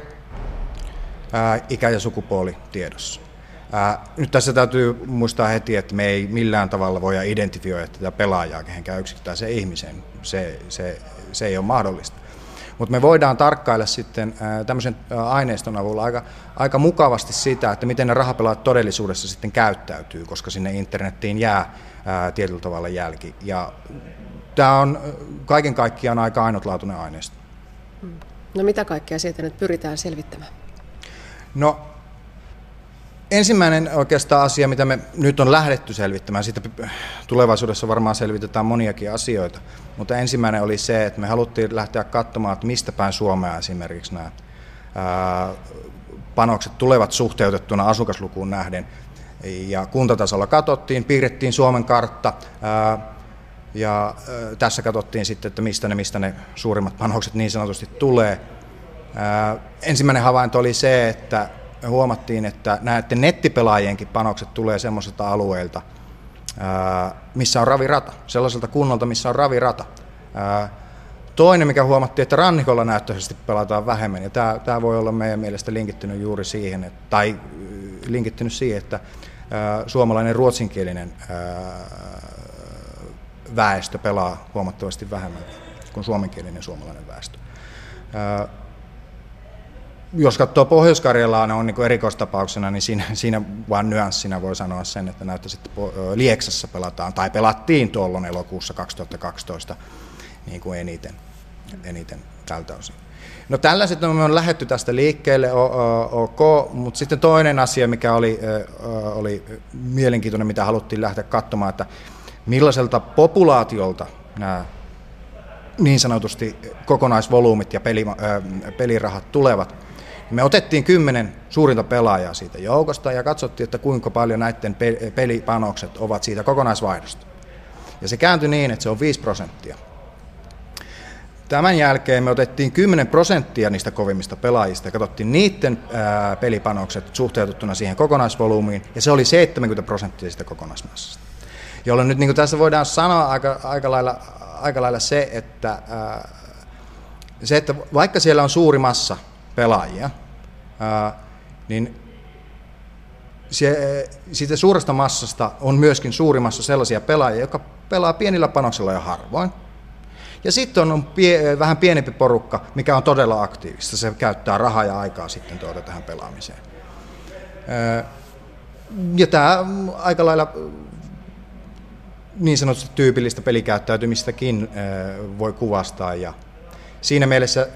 ikä ja sukupuoli tiedossa. Nyt tässä täytyy muistaa heti, että me ei millään tavalla voida identifioida tätä pelaajaa kehenkään yksittäiseen ihmiseen. Se, se, se ei ole mahdollista. Mutta me voidaan tarkkailla sitten tämmöisen aineiston avulla aika, aika mukavasti sitä, että miten ne rahapelaajat todellisuudessa sitten käyttäytyy, koska sinne internettiin jää ää, tietyllä tavalla jälki. Ja tämä on kaiken kaikkiaan aika ainutlaatuinen aineisto. No mitä kaikkea sieltä nyt pyritään selvittämään? No ensimmäinen oikeastaan asia, mitä me nyt on lähdetty selvittämään, siitä tulevaisuudessa varmaan selvitetään moniakin asioita, mutta ensimmäinen oli se, että me haluttiin lähteä katsomaan, että mistä päin Suomea esimerkiksi nämä ää, panokset tulevat suhteutettuna asukaslukuun nähden. Ja kuntatasolla katsottiin, piirrettiin Suomen kartta, ää, ja ää, tässä katsottiin sitten, että mistä ne, mistä ne suurimmat panokset niin sanotusti tulee. Ää, ensimmäinen havainto oli se, että me huomattiin, että näiden nettipelaajienkin panokset tulee semmoisilta alueilta, missä on ravirata, sellaiselta kunnalta, missä on ravirata. Toinen, mikä huomattiin, että rannikolla näyttöisesti pelataan vähemmän, ja tämä, tämä voi olla meidän mielestä linkittynyt juuri siihen, että, tai linkittynyt siihen, että suomalainen ruotsinkielinen väestö pelaa huomattavasti vähemmän kuin suomenkielinen suomalainen väestö. Jos katsoo Pohjois-Karjalaa, ne on niin erikoistapauksena, niin siinä, siinä vaan nyanssina voi sanoa sen, että näyttäisi, että Lieksassa pelataan, tai pelattiin tuolloin elokuussa kaksituhattakaksitoista niin kuin eniten, eniten tältä osin. No tällaiset me on lähdetty tästä liikkeelle, ok, mutta sitten toinen asia, mikä oli, oli mielenkiintoinen, mitä haluttiin lähteä katsomaan, että millaiselta populaatiolta nämä niin sanotusti kokonaisvolyymit ja peli, pelirahat tulevat. Me otettiin kymmenen suurinta pelaajaa siitä joukosta ja katsottiin, että kuinka paljon näiden pelipanokset ovat siitä kokonaisvaihdosta. Ja se kääntyi niin, että se on viisi prosenttia. Tämän jälkeen me otettiin kymmenen prosenttia niistä kovimmista pelaajista ja katsottiin niiden ää, pelipanokset suhteutettuna siihen kokonaisvolyymiin, ja se oli seitsemänkymmentä prosenttia siitä kokonaismassasta. Jolloin nyt niin kuin tässä voidaan sanoa aika, aika, lailla, aika lailla se että, ää, se, että vaikka siellä on suuri massa pelaajia, ää, niin se, siitä suuresta massasta on myöskin suuri massa sellaisia pelaajia, jotka pelaa pienillä panoksilla ja harvoin. Ja sitten on pie, vähän pienempi porukka, mikä on todella aktiivista. Se käyttää rahaa ja aikaa sitten tuota tähän pelaamiseen. Ja tämä aika lailla niin sanotusti tyypillistä pelikäyttäytymistäkin voi kuvastaa. Ja siinä mielessä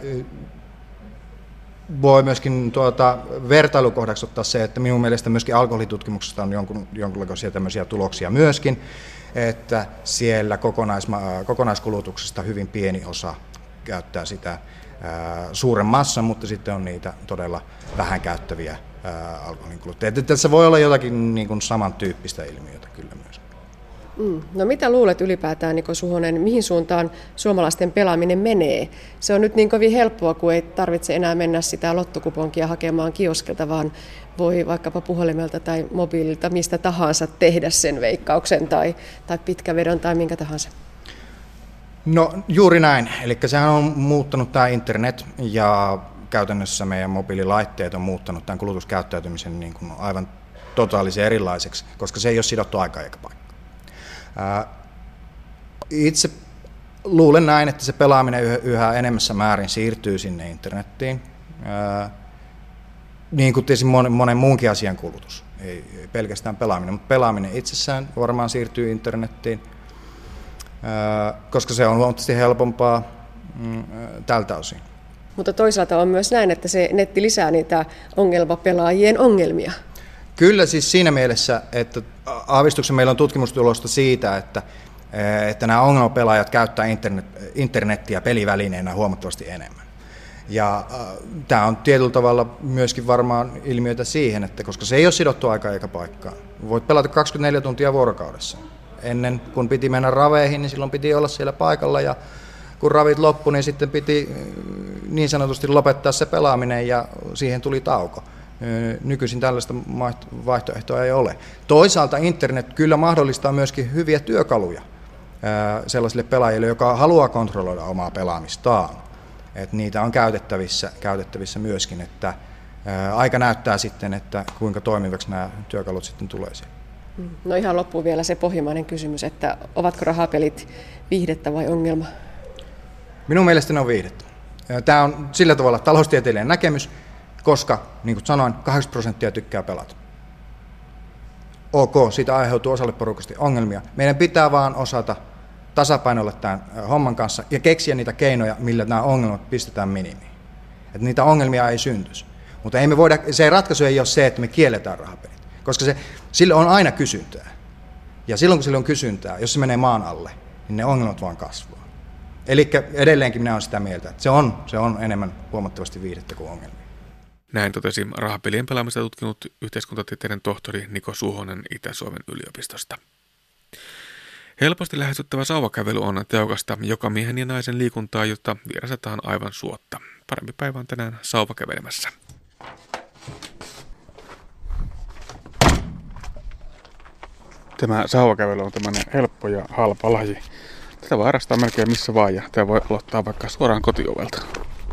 voi myöskin tuota, vertailukohdaksi ottaa se, että minun mielestä myöskin alkoholitutkimuksesta on jonkun, jonkinlaisia tämmöisiä tuloksia myöskin, että siellä kokonaisma- kokonaiskulutuksesta hyvin pieni osa käyttää sitä ää, suuren massan, mutta sitten on niitä todella vähän käyttäviä alkoholinkuluttajia. Tässä voi olla jotakin niin kuin samantyyppistä ilmiötä kyllä myös. Mm. No mitä luulet ylipäätään, Niko Suhonen, mihin suuntaan suomalaisten pelaaminen menee? Se on nyt niin kovin helppoa, kun ei tarvitse enää mennä sitä lottokuponkia hakemaan kioskelta, vaan voi vaikkapa puhelimelta tai mobiililta mistä tahansa tehdä sen veikkauksen tai, tai pitkävedon tai minkä tahansa. No juuri näin. Eli sehän on muuttanut tämä internet ja käytännössä meidän mobiililaitteet on muuttanut tämän kulutuskäyttäytymisen niin kuin aivan totaalisen erilaiseksi, koska se ei ole sidottu aikaa eikä paikkaa. itse luulen näin, että se pelaaminen yhä, yhä enemmässä määrin siirtyy sinne internettiin. Ää, niin kuin tietysti monen, monen muunkin asian kulutus, ei, ei pelkästään pelaaminen, mutta pelaaminen itsessään varmaan siirtyy internettiin, ää, koska se on huomattavasti helpompaa mm, tältä osin. Mutta toisaalta on myös näin, että se netti lisää niitä ongelmapelaajien ongelmia. Kyllä siis siinä mielessä, että aavistuksen meillä on tutkimustulosta siitä, että, että nämä ongelmapelaajat käyttää internet, internettiä pelivälineenä huomattavasti enemmän. Ja äh, tämä on tietyllä tavalla myöskin varmaan ilmiötä siihen, että koska se ei ole sidottu aikaa eikä paikkaan. Voit pelata kaksikymmentäneljä tuntia vuorokaudessa. Ennen kun piti mennä raveihin, niin silloin piti olla siellä paikalla ja kun ravit loppui, niin sitten piti niin sanotusti lopettaa se pelaaminen ja siihen tuli tauko. Nykyisin tällaista vaihtoehtoa ei ole. Toisaalta internet kyllä mahdollistaa myöskin hyviä työkaluja sellaisille pelaajille, joka haluaa kontrolloida omaa pelaamistaan. Että niitä on käytettävissä, käytettävissä myöskin, että aika näyttää sitten, että kuinka toimivaksi nämä työkalut sitten tulee siellä. No ihan loppuun vielä se pohjimmainen kysymys, että ovatko rahapelit viihdettä vai ongelma? Minun mielestäni ne on viihdettä. Tämä on sillä tavalla taloustieteellinen näkemys, koska, niin kuin sanoin, kahdeksankymmentä prosenttia tykkää pelata. Ok, siitä aiheutuu osalle porukasti ongelmia. Meidän pitää vaan osata tasapainoilla tämän homman kanssa ja keksiä niitä keinoja, millä nämä ongelmat pistetään minimiin. Että niitä ongelmia ei syntyisi. Mutta ei me voida, se ratkaisu ei ole se, että me kielletään rahapelit, koska se, sille on aina kysyntää. Ja silloin kun sille on kysyntää, jos se menee maan alle, niin ne ongelmat vaan kasvaa. Eli edelleenkin minä olen sitä mieltä, että se on, se on enemmän huomattavasti viihdettä kuin ongelmia. Näin totesi rahapelien pelaamista tutkinut yhteiskuntatieteiden tohtori Niko Suhonen Itä-Suomen yliopistosta. Helposti lähestyttävä sauvakävely on tehokasta joka miehen ja naisen liikuntaa, jotta vierastetaan aivan suotta. Parempi päivä on tänään sauvakävelemässä. Tämä sauvakävely on tämmöinen helppo ja halpa laji. Tätä voi harrastaa melkein missä vaan ja tämä voi aloittaa vaikka suoraan kotiovelta.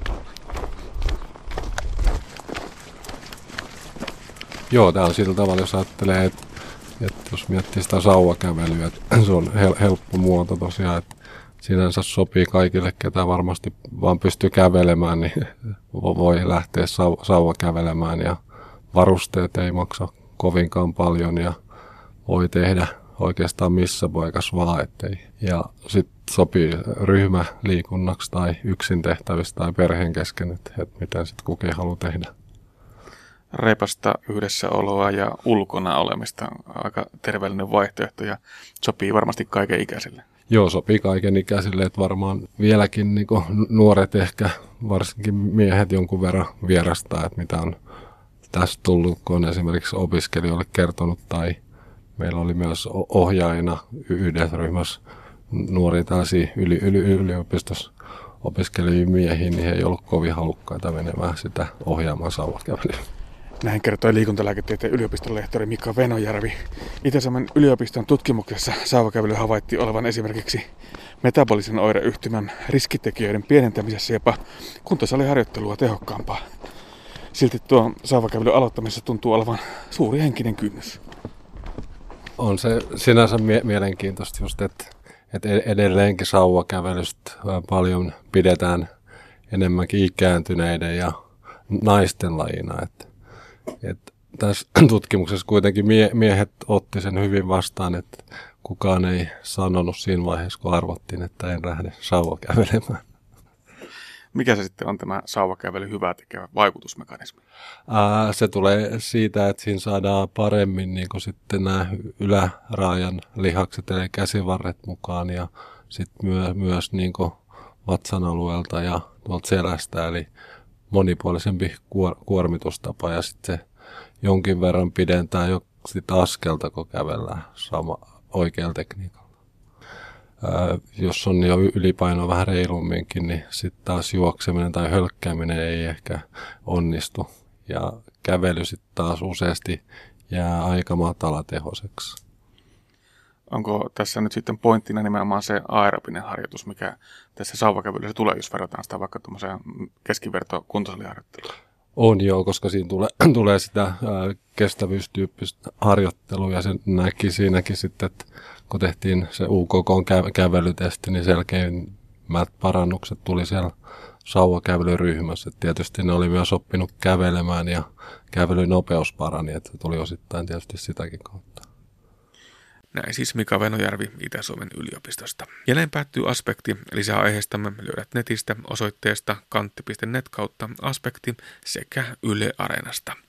Joo, tämä on sillä tavalla, jos ajattelee, että, että jos miettii sitä sauvakävelyä, että se on hel- helppo muoto tosiaan, että sinänsä sopii kaikille, ketä varmasti vaan pystyy kävelemään, niin voi lähteä sau- sauvakävelemään ja varusteet ei maksa kovinkaan paljon ja voi tehdä oikeastaan missä paikassa vaan, ettei. Ja sitten sopii ryhmäliikunnaksi tai yksin tehtävistä tai perheen kesken, että, että miten sitten kukin haluaa tehdä. Repasta yhdessäoloa ja ulkona olemista aika terveellinen vaihtoehto ja sopii varmasti kaiken ikäisille. Joo, sopii kaiken ikäisille, että varmaan vieläkin niin kuin nuoret ehkä, varsinkin miehet jonkun verran vierastaa, että mitä on tästä tullut, kun on esimerkiksi opiskelijoille kertonut tai meillä oli myös ohjaajina yhdessä ryhmässä nuoria tällaisia yli, yli, yliopistossa opiskelevia miehiä, niin he ei ollut kovin halukkaita menemään sitä ohjaamaan sauvakävelyä. Näin kertoi liikuntalääketieteen yliopiston lehtori Mika Venojärvi. Itä-Suomen yliopiston tutkimuksessa sauvakävely havaittiin olevan esimerkiksi metabolisen oireyhtymän riskitekijöiden pienentämisessä jopa kuntosaliharjoittelua tehokkaampaa. Silti tuo sauvakävelyn aloittamisessa tuntuu olevan suuri henkinen kynnys. On se sinänsä mie- mielenkiintoista just, että, että edelleenkin sauvakävelystä paljon pidetään enemmänkin ikääntyneiden ja naisten lajina. Että, että tässä tutkimuksessa kuitenkin mie- miehet otti sen hyvin vastaan, että kukaan ei sanonut siinä vaiheessa, kun arvottiin, että en lähde sauvakävelemään. Mikä se sitten on tämä sauvakävely hyvää tekevä vaikutusmekanismi? Ää, se tulee siitä, että siinä saadaan paremmin niin kuin sitten nämä yläraajan lihakset eli käsivarret mukaan ja sitten myö, myös niin kuin vatsan alueelta ja tuolta selästä, eli monipuolisempi kuor, kuormitustapa ja sitten se jonkin verran pidentää jo sit askelta, kun kävellään sama oikealla tekniikalla. Ää, jos on jo ylipaino vähän reilumminkin, niin sitten taas juokseminen tai hölkkääminen ei ehkä onnistu. Ja kävely sitten taas useasti jää aika matalatehoiseksi. Onko tässä nyt sitten pointtina nimenomaan se aerobinen harjoitus, mikä tässä sauvakävelyssä tulee, jos verrataan sitä vaikka tuommoiseen keskiverto-kuntosaliharjoitteluun? On joo, koska siinä tulee, tulee sitä ää, kestävyystyyppistä harjoittelua ja se näki siinäkin sitten, että kun tehtiin se U K K-kävelytesti, niin selkeimmät parannukset tuli siellä sauvakävelyryhmässä. Et tietysti ne oli myös oppinut kävelemään ja kävelynopeus parani, että tuli osittain tietysti sitäkin kautta. Näin siis Mika Venojärvi Itä-Suomen yliopistosta. Ja näin päättyy Aspekti. Lisää aiheestamme löydät netistä osoitteesta kantti piste net kautta aspekti sekä Yle Areenasta.